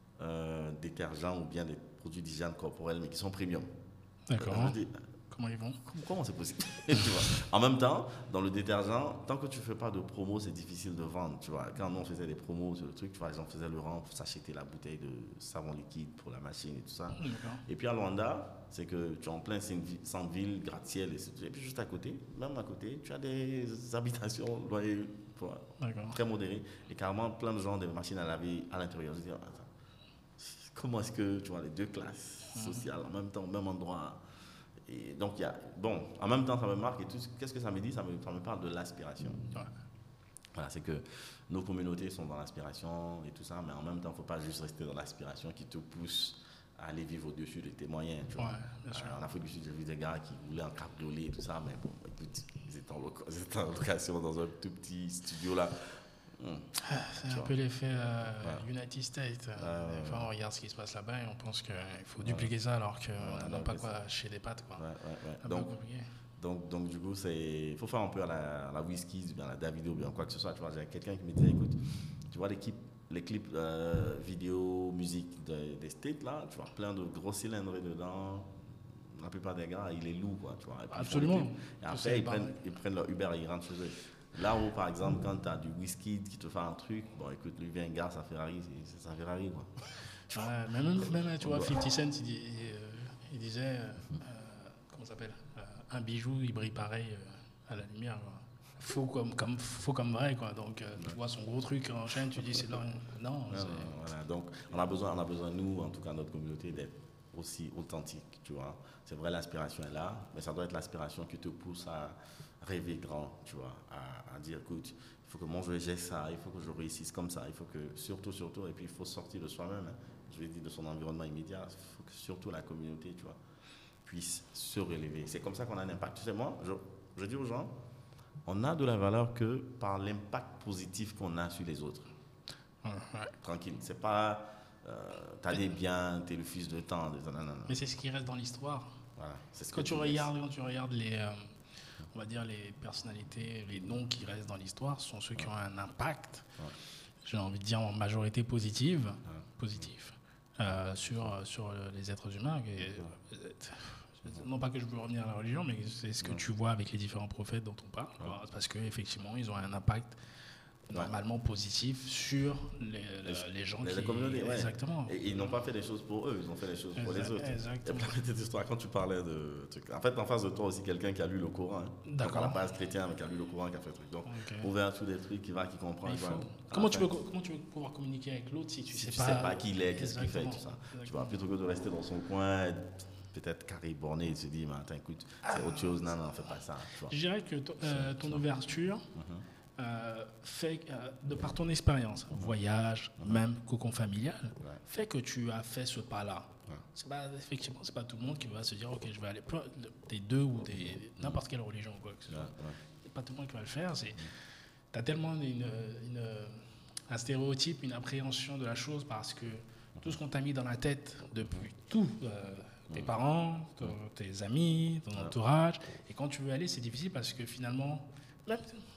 détergents ou bien des produits d'hygiène corporelle, mais qui sont premium. D'accord. Comment ils vont? Comment c'est possible? Tu vois. En même temps, dans le détergent, tant que tu ne fais pas de promo, c'est difficile de vendre. Tu vois. Quand nous on faisait des promos sur le truc, tu vois, les gens faisaient le rang pour s'acheter la bouteille de savon liquide pour la machine et tout ça. Et puis à Luanda, c'est que tu es en plein centre-ville, gratte-ciel, et puis juste à côté, même à côté, tu as des habitations loyers très modérées et carrément plein de gens, des machines à laver à l'intérieur. Je dis, attends, comment est-ce que tu vois les 2 classes sociales en même temps, au même endroit? Et donc, en même temps, ça me marque. Et tout, qu'est-ce que ça me dit? Ça me parle de l'aspiration. Ouais. Voilà, c'est que nos communautés sont dans l'aspiration et tout ça, mais en même temps, il ne faut pas juste rester dans l'aspiration qui te pousse à aller vivre au-dessus de tes moyens. Tu vois. Ouais, bien sûr. En Afrique du Sud, j'ai vu des gars qui roulaient en cabriolet et tout ça, mais bon, écoute, ils étaient en location dans un tout petit studio là. C'est un peu l'effet United States. Des fois, on regarde ce qui se passe là-bas et on pense qu'il faut dupliquer ça alors qu'on n'a pas quoi chez des pattes. Quoi. Donc, du coup, il faut faire un peu à la Whisky, à la Davido, bien quoi que ce soit. Tu vois, j'ai quelqu'un qui me disait, écoute, tu vois les clips vidéo, musique des States, là, tu vois, plein de gros cylindres dedans. La plupart des gars, ils les louent, quoi, tu vois. Et absolument. Et après, ils prennent leur Uber et ils rentrent chez eux. Là où, par exemple, quand tu as du whisky qui te fait un truc, bon, écoute, lui vient un gars, sa Ferrari, c'est sa Ferrari, quoi. Ouais, même tu vois, 50 Cent, il disait, comment ça s'appelle, un bijou, il brille pareil à la lumière, quoi. Faux comme vrai, quoi. Donc, tu vois son gros truc en chaîne, tu dis, c'est là. Non, voilà. Donc, on a besoin, nous, en tout cas, notre communauté, d'être aussi authentique, tu vois. C'est vrai, l'aspiration est là, mais ça doit être l'aspiration qui te pousse à rêver grand, tu vois, à dire, écoute, il faut que moi j'ai ça, il faut que je réussisse comme ça, il faut que, surtout, et puis il faut sortir de soi-même, hein, je vais dire de son environnement immédiat, il faut que surtout la communauté, tu vois, puisse se relever. C'est comme ça qu'on a un impact. Tu sais, moi, je dis aux gens, on a de la valeur que par l'impact positif qu'on a sur les autres. Tranquille, c'est pas, t'as des biens, t'es le fils de temps, non. Mais c'est ce qui reste dans l'histoire. Voilà, c'est ce quand tu regardes les... on va dire les personnalités, les noms qui restent dans l'histoire sont ceux qui ont un impact, j'ai envie de dire en majorité positive, sur les êtres humains. Non pas que je veux revenir à la religion, mais c'est ce que tu vois avec les différents prophètes dont on parle, parce qu'effectivement, ils ont un impact normalement positif sur les gens les communautés. Ouais. Exactement. Et ils n'ont pas fait des choses pour eux, ils ont fait des choses pour les autres. Exactement. Il y a plein de petites histoires. Quand tu parlais de trucs. En fait, en face de toi aussi, quelqu'un qui a lu le Coran. Hein. D'accord. Donc, à la base chrétienne, mais qui a lu le Coran, qui a fait le truc. Donc, ouvert sur des trucs, qui comprend. Comment tu veux pouvoir communiquer avec l'autre si tu sais pas qui il est, qu'est-ce qu'il fait, tout ça. Tu vois, plutôt que de rester dans son coin, peut-être carré borné, il se dit, mais attends, écoute, c'est autre chose. Non, fais pas ça. Je dirais que ton ouverture. fait, de par ton expérience, voyage, même cocon familial, fait que tu as fait ce pas-là. Effectivement, c'est pas tout le monde qui va se dire, ok, je vais aller des deux ou n'importe quelle religion ou quoi que ce soit. C'est pas tout le monde qui va le faire. Tu as tellement un stéréotype, une appréhension de la chose parce que tout ce qu'on t'a mis dans la tête depuis tout, tes parents, tes amis, ton entourage, et quand tu veux aller, c'est difficile parce que finalement, même,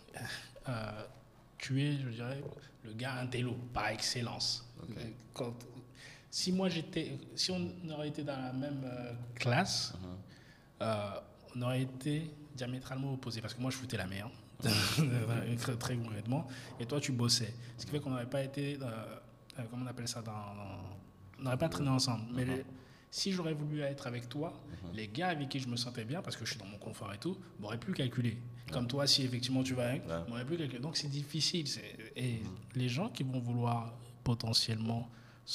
tu es, je dirais, le gars intello par excellence. Si on aurait été dans la même classe, on aurait été diamétralement opposés parce que moi je foutais la merde, très concrètement, et toi tu bossais. Ce qui fait qu'on n'aurait pas été, comment on appelle ça, on n'aurait pas traîné ensemble. Mais si j'aurais voulu être avec toi, les gars avec qui je me sentais bien, parce que je suis dans mon confort et tout, m'auraient pu calculer. Comme toi, si effectivement tu vas avec, m'auraient pu calculer. Donc c'est difficile. Et les gens qui vont vouloir potentiellement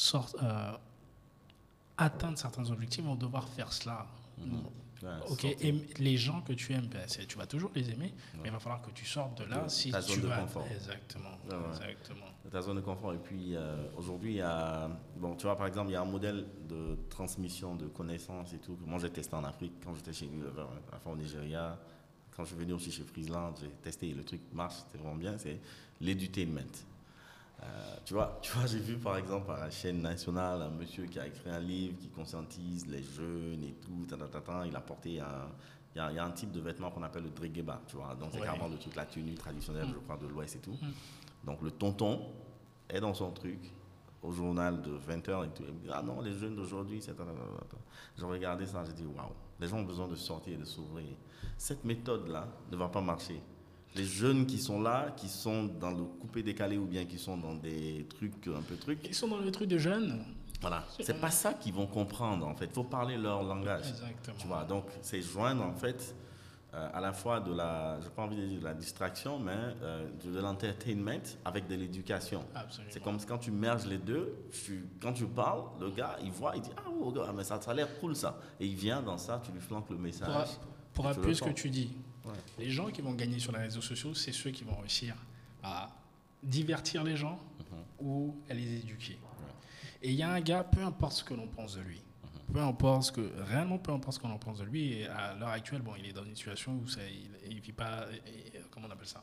atteindre certains objectifs vont devoir faire cela. Et les gens que tu aimes, tu vas toujours les aimer, mais il va falloir que tu sortes de là si ta tu zone vas. de confort. Exactement. Ta zone de confort. Et puis aujourd'hui, tu vois, par exemple, il y a un modèle de transmission de connaissances et tout. Moi, j'ai testé en Afrique quand j'étais chez au Nigeria. Quand je suis venu aussi chez Friesland, j'ai testé. Le truc marche, c'était vraiment bien. C'est l'edutainment. Tu vois, j'ai vu par exemple à la chaîne nationale un monsieur qui a écrit un livre qui conscientise les jeunes et tout. Il a porté il y a un type de vêtement qu'on appelle le drégeba, tu vois. Donc c'est carrément le truc, la tenue traditionnelle, je crois, de l'Ouest et tout. Donc le tonton est dans son truc au journal de 20h et tout. Il me dit, ah non, les jeunes d'aujourd'hui, c'est... J'ai regardé ça, j'ai dit, waouh, les gens ont besoin de sortir et de s'ouvrir. Cette méthode-là ne va pas marcher. Les jeunes qui sont là, qui sont dans le coupé-décalé ou bien qui sont dans des trucs un peu trucs. Ils sont dans le truc de jeunes. Voilà, c'est pas ça qu'ils vont comprendre en fait. Il faut parler leur langage. Exactement. Tu vois, donc c'est joindre en fait à la fois de j'ai pas envie de dire de la distraction, mais de l'entertainment avec de l'éducation. Absolument. C'est comme quand tu merges les deux, quand tu parles, le gars il voit, il dit ah oh, mais ça a l'air cool ça. Et il vient dans ça, tu lui flanques le message. Pour appuyer ce que tu dis. Les gens qui vont gagner sur les réseaux sociaux, c'est ceux qui vont réussir à divertir les gens ou à les éduquer. Et il y a un gars, peu importe ce que l'on pense de lui, peu importe ce qu'on en pense de lui, et à l'heure actuelle, il est dans une situation où il ne vit pas, comment on appelle ça,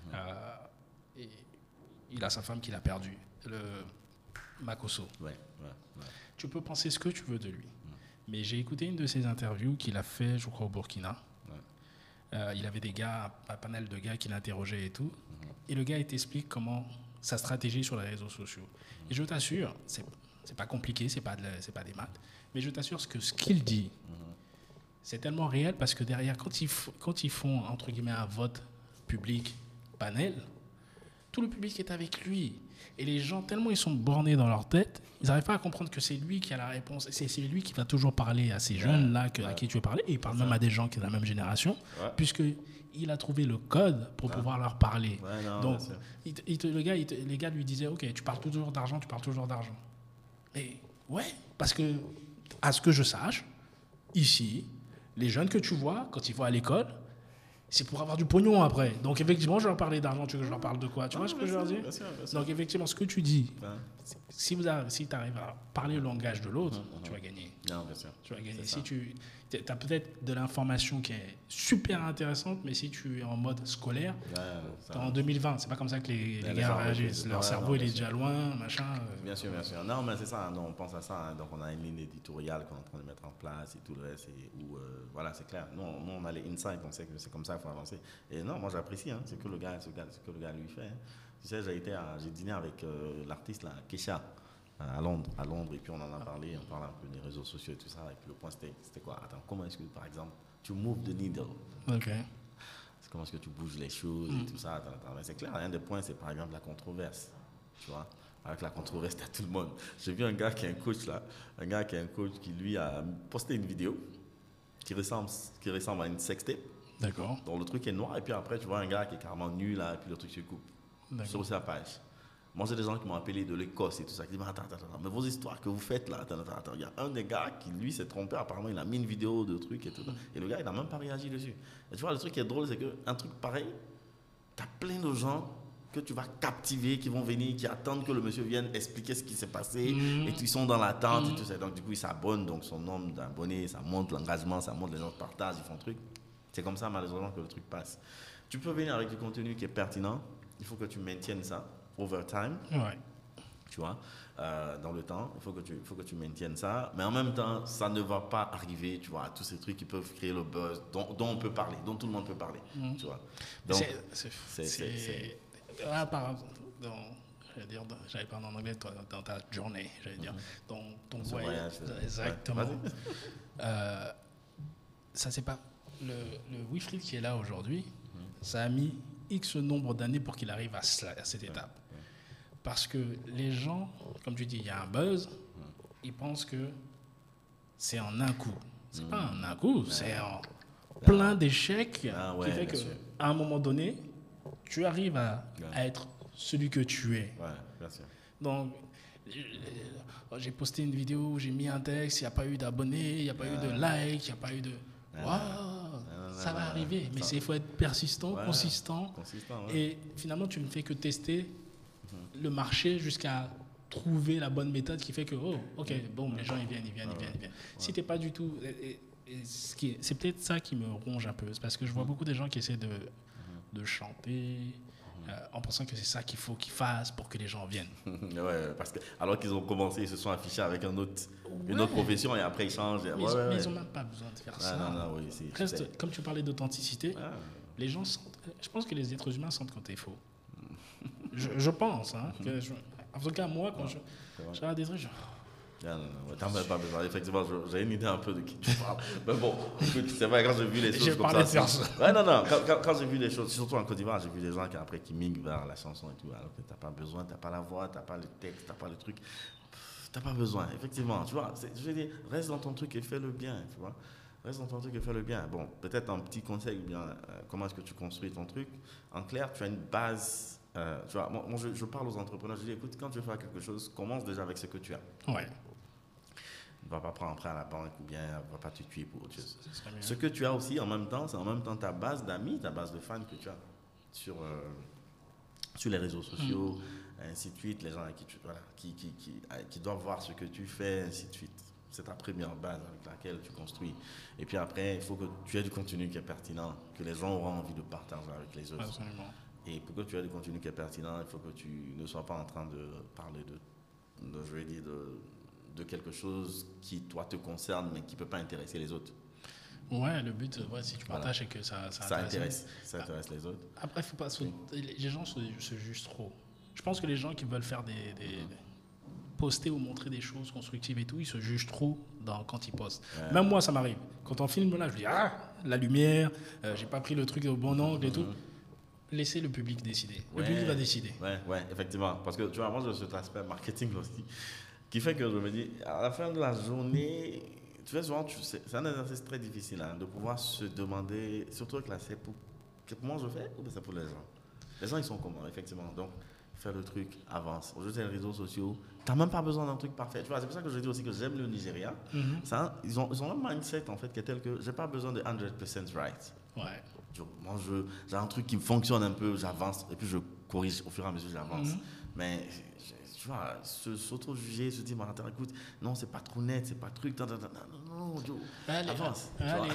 il a sa femme qu'il a perdue, le Makosso. Tu peux penser ce que tu veux de lui, mais j'ai écouté une de ses interviews qu'il a fait, je crois, au Burkina. Il avait un panel de gars qui l'interrogeaient et tout. Et le gars, t'explique comment sa stratégie sur les réseaux sociaux. Et je t'assure, c'est pas compliqué, c'est pas des maths. Mais je t'assure que ce qu'il dit, c'est tellement réel parce que derrière, quand ils font, entre guillemets, un vote public panel, tout le public est avec lui. Et les gens, tellement ils sont bornés dans leur tête, ils n'arrivent pas à comprendre que c'est lui qui a la réponse. C'est lui qui va toujours parler à ces jeunes-là à qui tu veux parler. Et il parle même à des gens qui sont de la même génération, puisqu'il a trouvé le code pour pouvoir leur parler. Donc, les gars lui disaient, OK, tu parles toujours d'argent. Et parce que, à ce que je sache, ici, les jeunes que tu vois, quand ils vont à l'école, c'est pour avoir du pognon après. Donc, effectivement, je leur parlais d'argent. Tu veux que je leur parle de quoi? Tu vois ce que je leur dis? Bien sûr. Donc, effectivement, ce que tu dis, si tu arrives à parler le langage de l'autre, tu vas gagner. Non, bien sûr. Tu vas gagner. Si tu as peut-être de l'information qui est super intéressante, mais si tu es en mode scolaire, en 2020, c'est pas comme ça que les gars réagissent. Leur cerveau, il est déjà loin, machin. Bien sûr. Non, mais c'est ça. Non, on pense à ça. Donc, on a une ligne éditoriale qu'on est en train de mettre en place et tout le reste. Voilà, c'est clair. Nous, on a les insights, on sait que c'est comme ça qu'il faut avancer. Et non, moi, j'apprécie ce que le gars lui fait. Tu sais, j'ai dîné avec l'artiste là, Kesha, à Londres, et puis on en a parlé, on parle un peu des réseaux sociaux et tout ça, et puis le point c'était quoi? Attends, comment est-ce que, par exemple, tu move the needle? Comment est-ce que tu bouges les choses et tout ça? Attends. Mais c'est clair, un des points, c'est par exemple la controverse, tu vois? Avec la controverse, t'as tout le monde. J'ai vu un gars qui est un coach qui lui a posté une vidéo qui ressemble à une sextape. D'accord. Donc le truc est noir, et puis après, tu vois un gars qui est carrément nu là, et puis le truc se coupe. Sur sa page. Moi, j'ai des gens qui m'ont appelé de l'Écosse et tout ça, qui disent, attends, mais vos histoires que vous faites là, attends. Il y a un des gars qui, lui, s'est trompé, apparemment, il a mis une vidéo de trucs et tout. Et le gars, il n'a même pas réagi dessus. Et tu vois, le truc qui est drôle, c'est qu'un truc pareil, tu as plein de gens que tu vas captiver, qui vont venir, qui attendent que le monsieur vienne expliquer ce qui s'est passé, et qui sont dans l'attente, et tout ça. Donc, du coup, ils s'abonnent, donc son nombre d'abonnés, ça monte l'engagement, ça monte les gens partagent, ils font truc. C'est comme ça, malheureusement, que le truc passe. Tu peux venir avec du contenu qui est pertinent, il faut que tu maintiennes ça, over time. Ouais. Tu vois, dans le temps, il faut que tu maintiennes ça, mais en même temps, ça ne va pas arriver, tu vois, à tous ces trucs qui peuvent créer le buzz, dont on peut parler, dont tout le monde peut parler, tu vois. Donc, j'allais parler en anglais, toi, dans ta journée, j'allais dire, dans ton voyage. Exactement. Ça, c'est pas. Le Wilfried qui est là aujourd'hui, ça a mis X nombre d'années pour qu'il arrive à cette étape. Parce que les gens, comme tu dis, il y a un buzz, ils pensent que c'est en un coup. C'est pas en un coup, c'est en plein d'échecs qui fait qu'à un moment donné, tu arrives à être celui que tu es. Ouais, bien sûr. Donc, j'ai posté une vidéo, j'ai mis un texte, il n'y a pas eu d'abonnés, il n'y a pas eu de likes, il n'y a pas eu de... ça va arriver, mais il faut être persistant, consistant. Et finalement, tu ne fais que tester le marché jusqu'à trouver la bonne méthode qui fait que, les gens, ils viennent. Si tu n'es pas du tout... c'est peut-être ça qui me ronge un peu, c'est parce que je vois beaucoup de gens qui essaient de chanter... en pensant que c'est ça qu'il faut qu'ils fassent pour que les gens viennent. Parce que alors qu'ils ont commencé, ils se sont affichés avec une autre profession et après ils changent. Mais ils n'ont même pas besoin de faire ça. Comme tu parlais d'authenticité, les gens sentent, je pense que les êtres humains sentent quand tu es faux. Je pense. En tout cas, moi, quand je regarde des trucs, t'en as pas besoin. Effectivement, j'ai une idée un peu de qui tu parles. Mais bon, écoute, c'est vrai, quand j'ai vu les choses comme ça. De personne. Quand j'ai vu les choses, surtout en Côte d'Ivoire, j'ai vu des gens qui migrent vers la chanson et tout, alors que t'as pas besoin, t'as pas la voix, t'as pas le texte, t'as pas le truc. T'as pas besoin, effectivement, tu vois. Je veux dire, reste dans ton truc et fais-le bien, tu vois. Reste dans ton truc et fais-le bien. Bon, peut-être un petit conseil, bien, comment est-ce que tu construis ton truc. En clair, tu as une base. Tu vois, moi je parle aux entrepreneurs, je dis, écoute, quand tu veux faire quelque chose, commence déjà avec ce que tu as. Ouais. Ne va pas prendre un prêt à la banque ou bien ne va pas te tuer pour autre chose. Ce que tu as aussi en même temps, c'est en même temps ta base d'amis, ta base de fans que tu as sur les réseaux sociaux, ainsi de suite, les gens avec qui doivent voir ce que tu fais, ainsi de suite. C'est ta première base avec laquelle tu construis. Et puis après, il faut que tu aies du contenu qui est pertinent, que les gens auront envie de partager avec les autres. Absolument. Et pour que tu aies du contenu qui est pertinent, il faut que tu ne sois pas en train de parler de quelque chose qui, toi, te concerne, mais qui ne peut pas intéresser les autres. Ouais, le but, si tu partages, c'est que ça intéresse les autres. Après, faut pas les gens se jugent trop. Je pense que les gens qui veulent faire poster ou montrer des choses constructives et tout, ils se jugent trop quand ils postent. Même moi, ça m'arrive. Quand on filme là, je dis, la lumière, j'ai pas pris le truc au bon angle et tout. Laissez le public décider. Le public va décider. Ouais, effectivement. Parce que, tu vois, moi, j'ai cet aspect marketing aussi, qui fait que je me dis, à la fin de la journée, tu vois, souvent, c'est un exercice très difficile de pouvoir se demander, surtout avec la c'est pour moi je fais ou c'est pour les gens. Les gens, ils sont comment, effectivement. Donc, faire le truc, avance. Aujourd'hui, les réseaux sociaux, tu n'as même pas besoin d'un truc parfait. Tu vois, c'est pour ça que je dis aussi que j'aime le Nigeria. Ça, ils ont un mindset, en fait, qui est tel que j'ai pas besoin de 100% right. Ouais. Moi, j'ai un truc qui fonctionne un peu, j'avance, et puis je corrige au fur et à mesure, j'avance. Mais, tu vois, s'auto-juger, se dire, attends, écoute, non, c'est pas trop net, c'est pas truc, non, avance.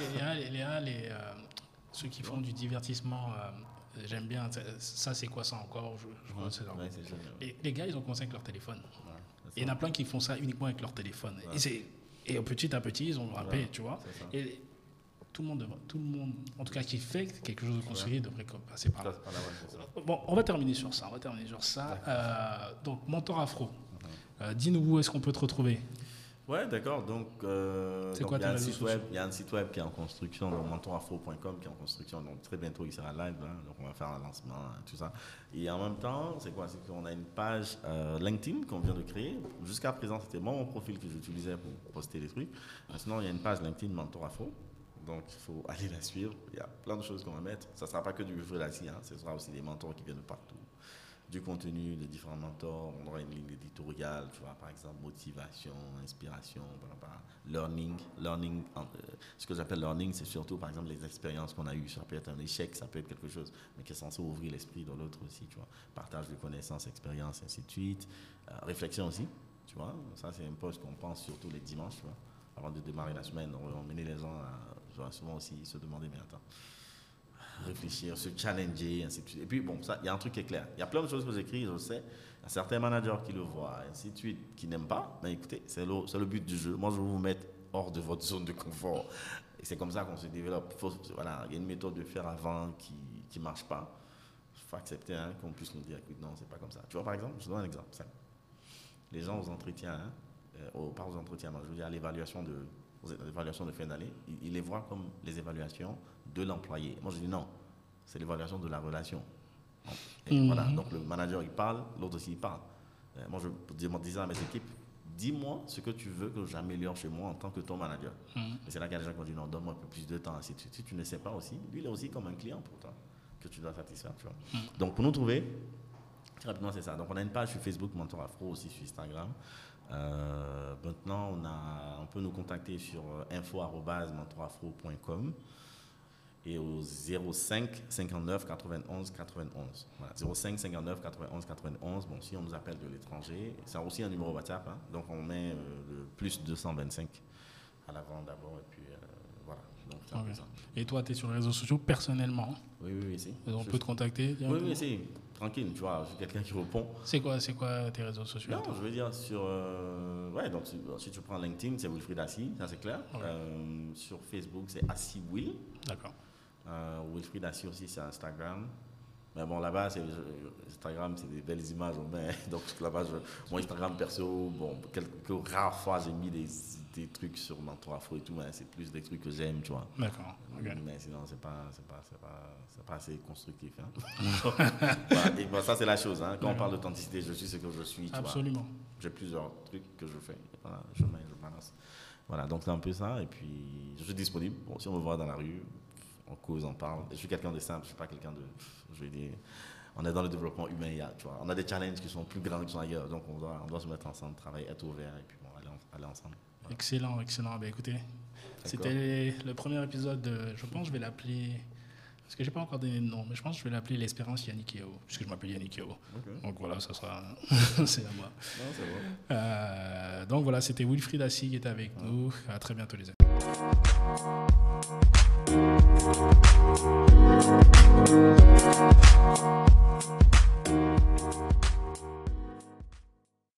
Ceux qui font du divertissement, j'aime bien, ça c'est quoi ça encore les gars, ils ont commencé avec leur téléphone. Il y en a plein qui font ça uniquement avec leur téléphone. Et petit à petit, ils ont grimpé, tu vois. Et tout le monde, en tout cas qui fait quelque chose de construit, devrait passer par là. Bon, on va terminer sur ça. Donc, Mentor Afro. Dis-nous où est-ce qu'on peut te retrouver. Ouais, d'accord. Donc, c'est quoi ton réseau social? Il y a un site web qui est en construction, donc mentorafro.com qui est en construction. Donc, très bientôt, il sera live. Donc, on va faire un lancement, tout ça. Et en même temps, c'est qu'on a une page LinkedIn qu'on vient de créer. Jusqu'à présent, c'était mon profil que j'utilisais pour poster des trucs. Sinon, il y a une page LinkedIn Mentor Afro. Donc, il faut aller la suivre. Il y a plein de choses qu'on va mettre. Ça ne sera pas que du Wilfried Daci, ce sera aussi des mentors qui viennent de partout. du contenu, des différents mentors. On aura une ligne éditoriale, tu vois, par exemple, motivation, inspiration, learning. Ce que j'appelle learning, c'est surtout, par exemple, les expériences qu'on a eues. Ça peut être un échec, ça peut être quelque chose, mais qui est censé ouvrir l'esprit de l'autre aussi, tu vois. Partage de connaissances, expériences, ainsi de suite. Réflexion aussi, tu vois. Ça, c'est un poste qu'on pense surtout les dimanches, tu vois. Avant de démarrer la semaine, on va emmener les gens à souvent aussi se demander, mais attends, réfléchir, se challenger, ainsi de suite. Et puis, bon, ça, il y a un truc qui est clair. Il y a plein de choses que j'écris, je sais. Il y a certains managers qui le voient, ainsi de suite, qui n'aiment pas. Mais écoutez, c'est le but du jeu. Moi, je vais vous mettre hors de votre zone de confort. Et c'est comme ça qu'on se développe. Voilà, il y a une méthode de faire avant qui ne marche pas. Il faut accepter qu'on puisse nous dire, écoute, non, c'est pas comme ça. Tu vois, par exemple, je donne un exemple simple. Les gens aux entretiens, pas aux entretiens, je veux dire à l'évaluation de fin d'année, ils les voient comme les évaluations de l'employé. Moi, je dis non, c'est l'évaluation de la relation. Et voilà, donc le manager, il parle, l'autre aussi, il parle. Moi, je disais à mes équipes, dis-moi ce que tu veux que j'améliore chez moi en tant que ton manager. Et c'est là qu'il y a des gens qui ont dit non, donne-moi un peu plus de temps. Si tu ne sais pas aussi, lui, il est aussi comme un client pour toi, que tu dois satisfaire. Tu vois. Donc, pour nous trouver, très rapidement, c'est ça. Donc, on a une page sur Facebook, Mentor Afro, aussi sur Instagram. Maintenant, on peut nous contacter sur info@mentorafro.com et au 05 59 91 91. Voilà, 05 59 91 91. Bon, si on nous appelle de l'étranger, c'est aussi un numéro WhatsApp. Donc, on met le plus 225 à l'avant d'abord. Et puis, voilà. Donc, c'est un peu ça. Et toi, tu es sur les réseaux sociaux personnellement? Oui, si. On peut te contacter? Oui, si. Tranquille, tu vois, je suis quelqu'un qui répond. C'est quoi tes réseaux sociaux? Non, je veux dire sur... donc si tu prends LinkedIn, c'est Wilfried Assis, ça c'est clair. Okay. Sur Facebook, c'est Assis Will. D'accord. Wilfried Assis aussi, c'est Instagram. Mais bon, là-bas, Instagram, c'est des belles images. Mais, donc là-bas, mon Instagram perso, bon, quelques rares fois, j'ai mis des trucs sur Mentor Afro et tout, mais c'est plus des trucs que j'aime, tu vois. D'accord. Okay. Mais sinon, c'est pas assez constructif. Voilà. Et bon, ça, c'est la chose. Quand on parle d'authenticité, je suis ce que je suis. Tu Absolument. vois. J'ai plusieurs trucs que je fais. Voilà, je balance. Voilà, donc c'est un peu ça. Et puis, je suis disponible. Bon, si on me voit dans la rue, on cause, on parle. Je suis quelqu'un de simple, je ne suis pas quelqu'un de... Je veux dire, on est dans le développement humain, tu vois. On a des challenges qui sont plus grands qui sont ailleurs. Donc, on doit se mettre ensemble, travailler, être ouvert et puis bon, aller ensemble. Voilà. Excellent. Ben, écoutez, c'était le premier épisode je pense que je vais l'appeler... Parce que je n'ai pas encore donné de nom, mais je pense que je vais l'appeler l'Espérance Yannick Yeo, puisque je m'appelle Yannick Yeo. Okay. Donc voilà, ça sera... c'est à moi. Non, c'est bon. Donc voilà, c'était Wilfried Assis qui était avec nous. À très bientôt les amis.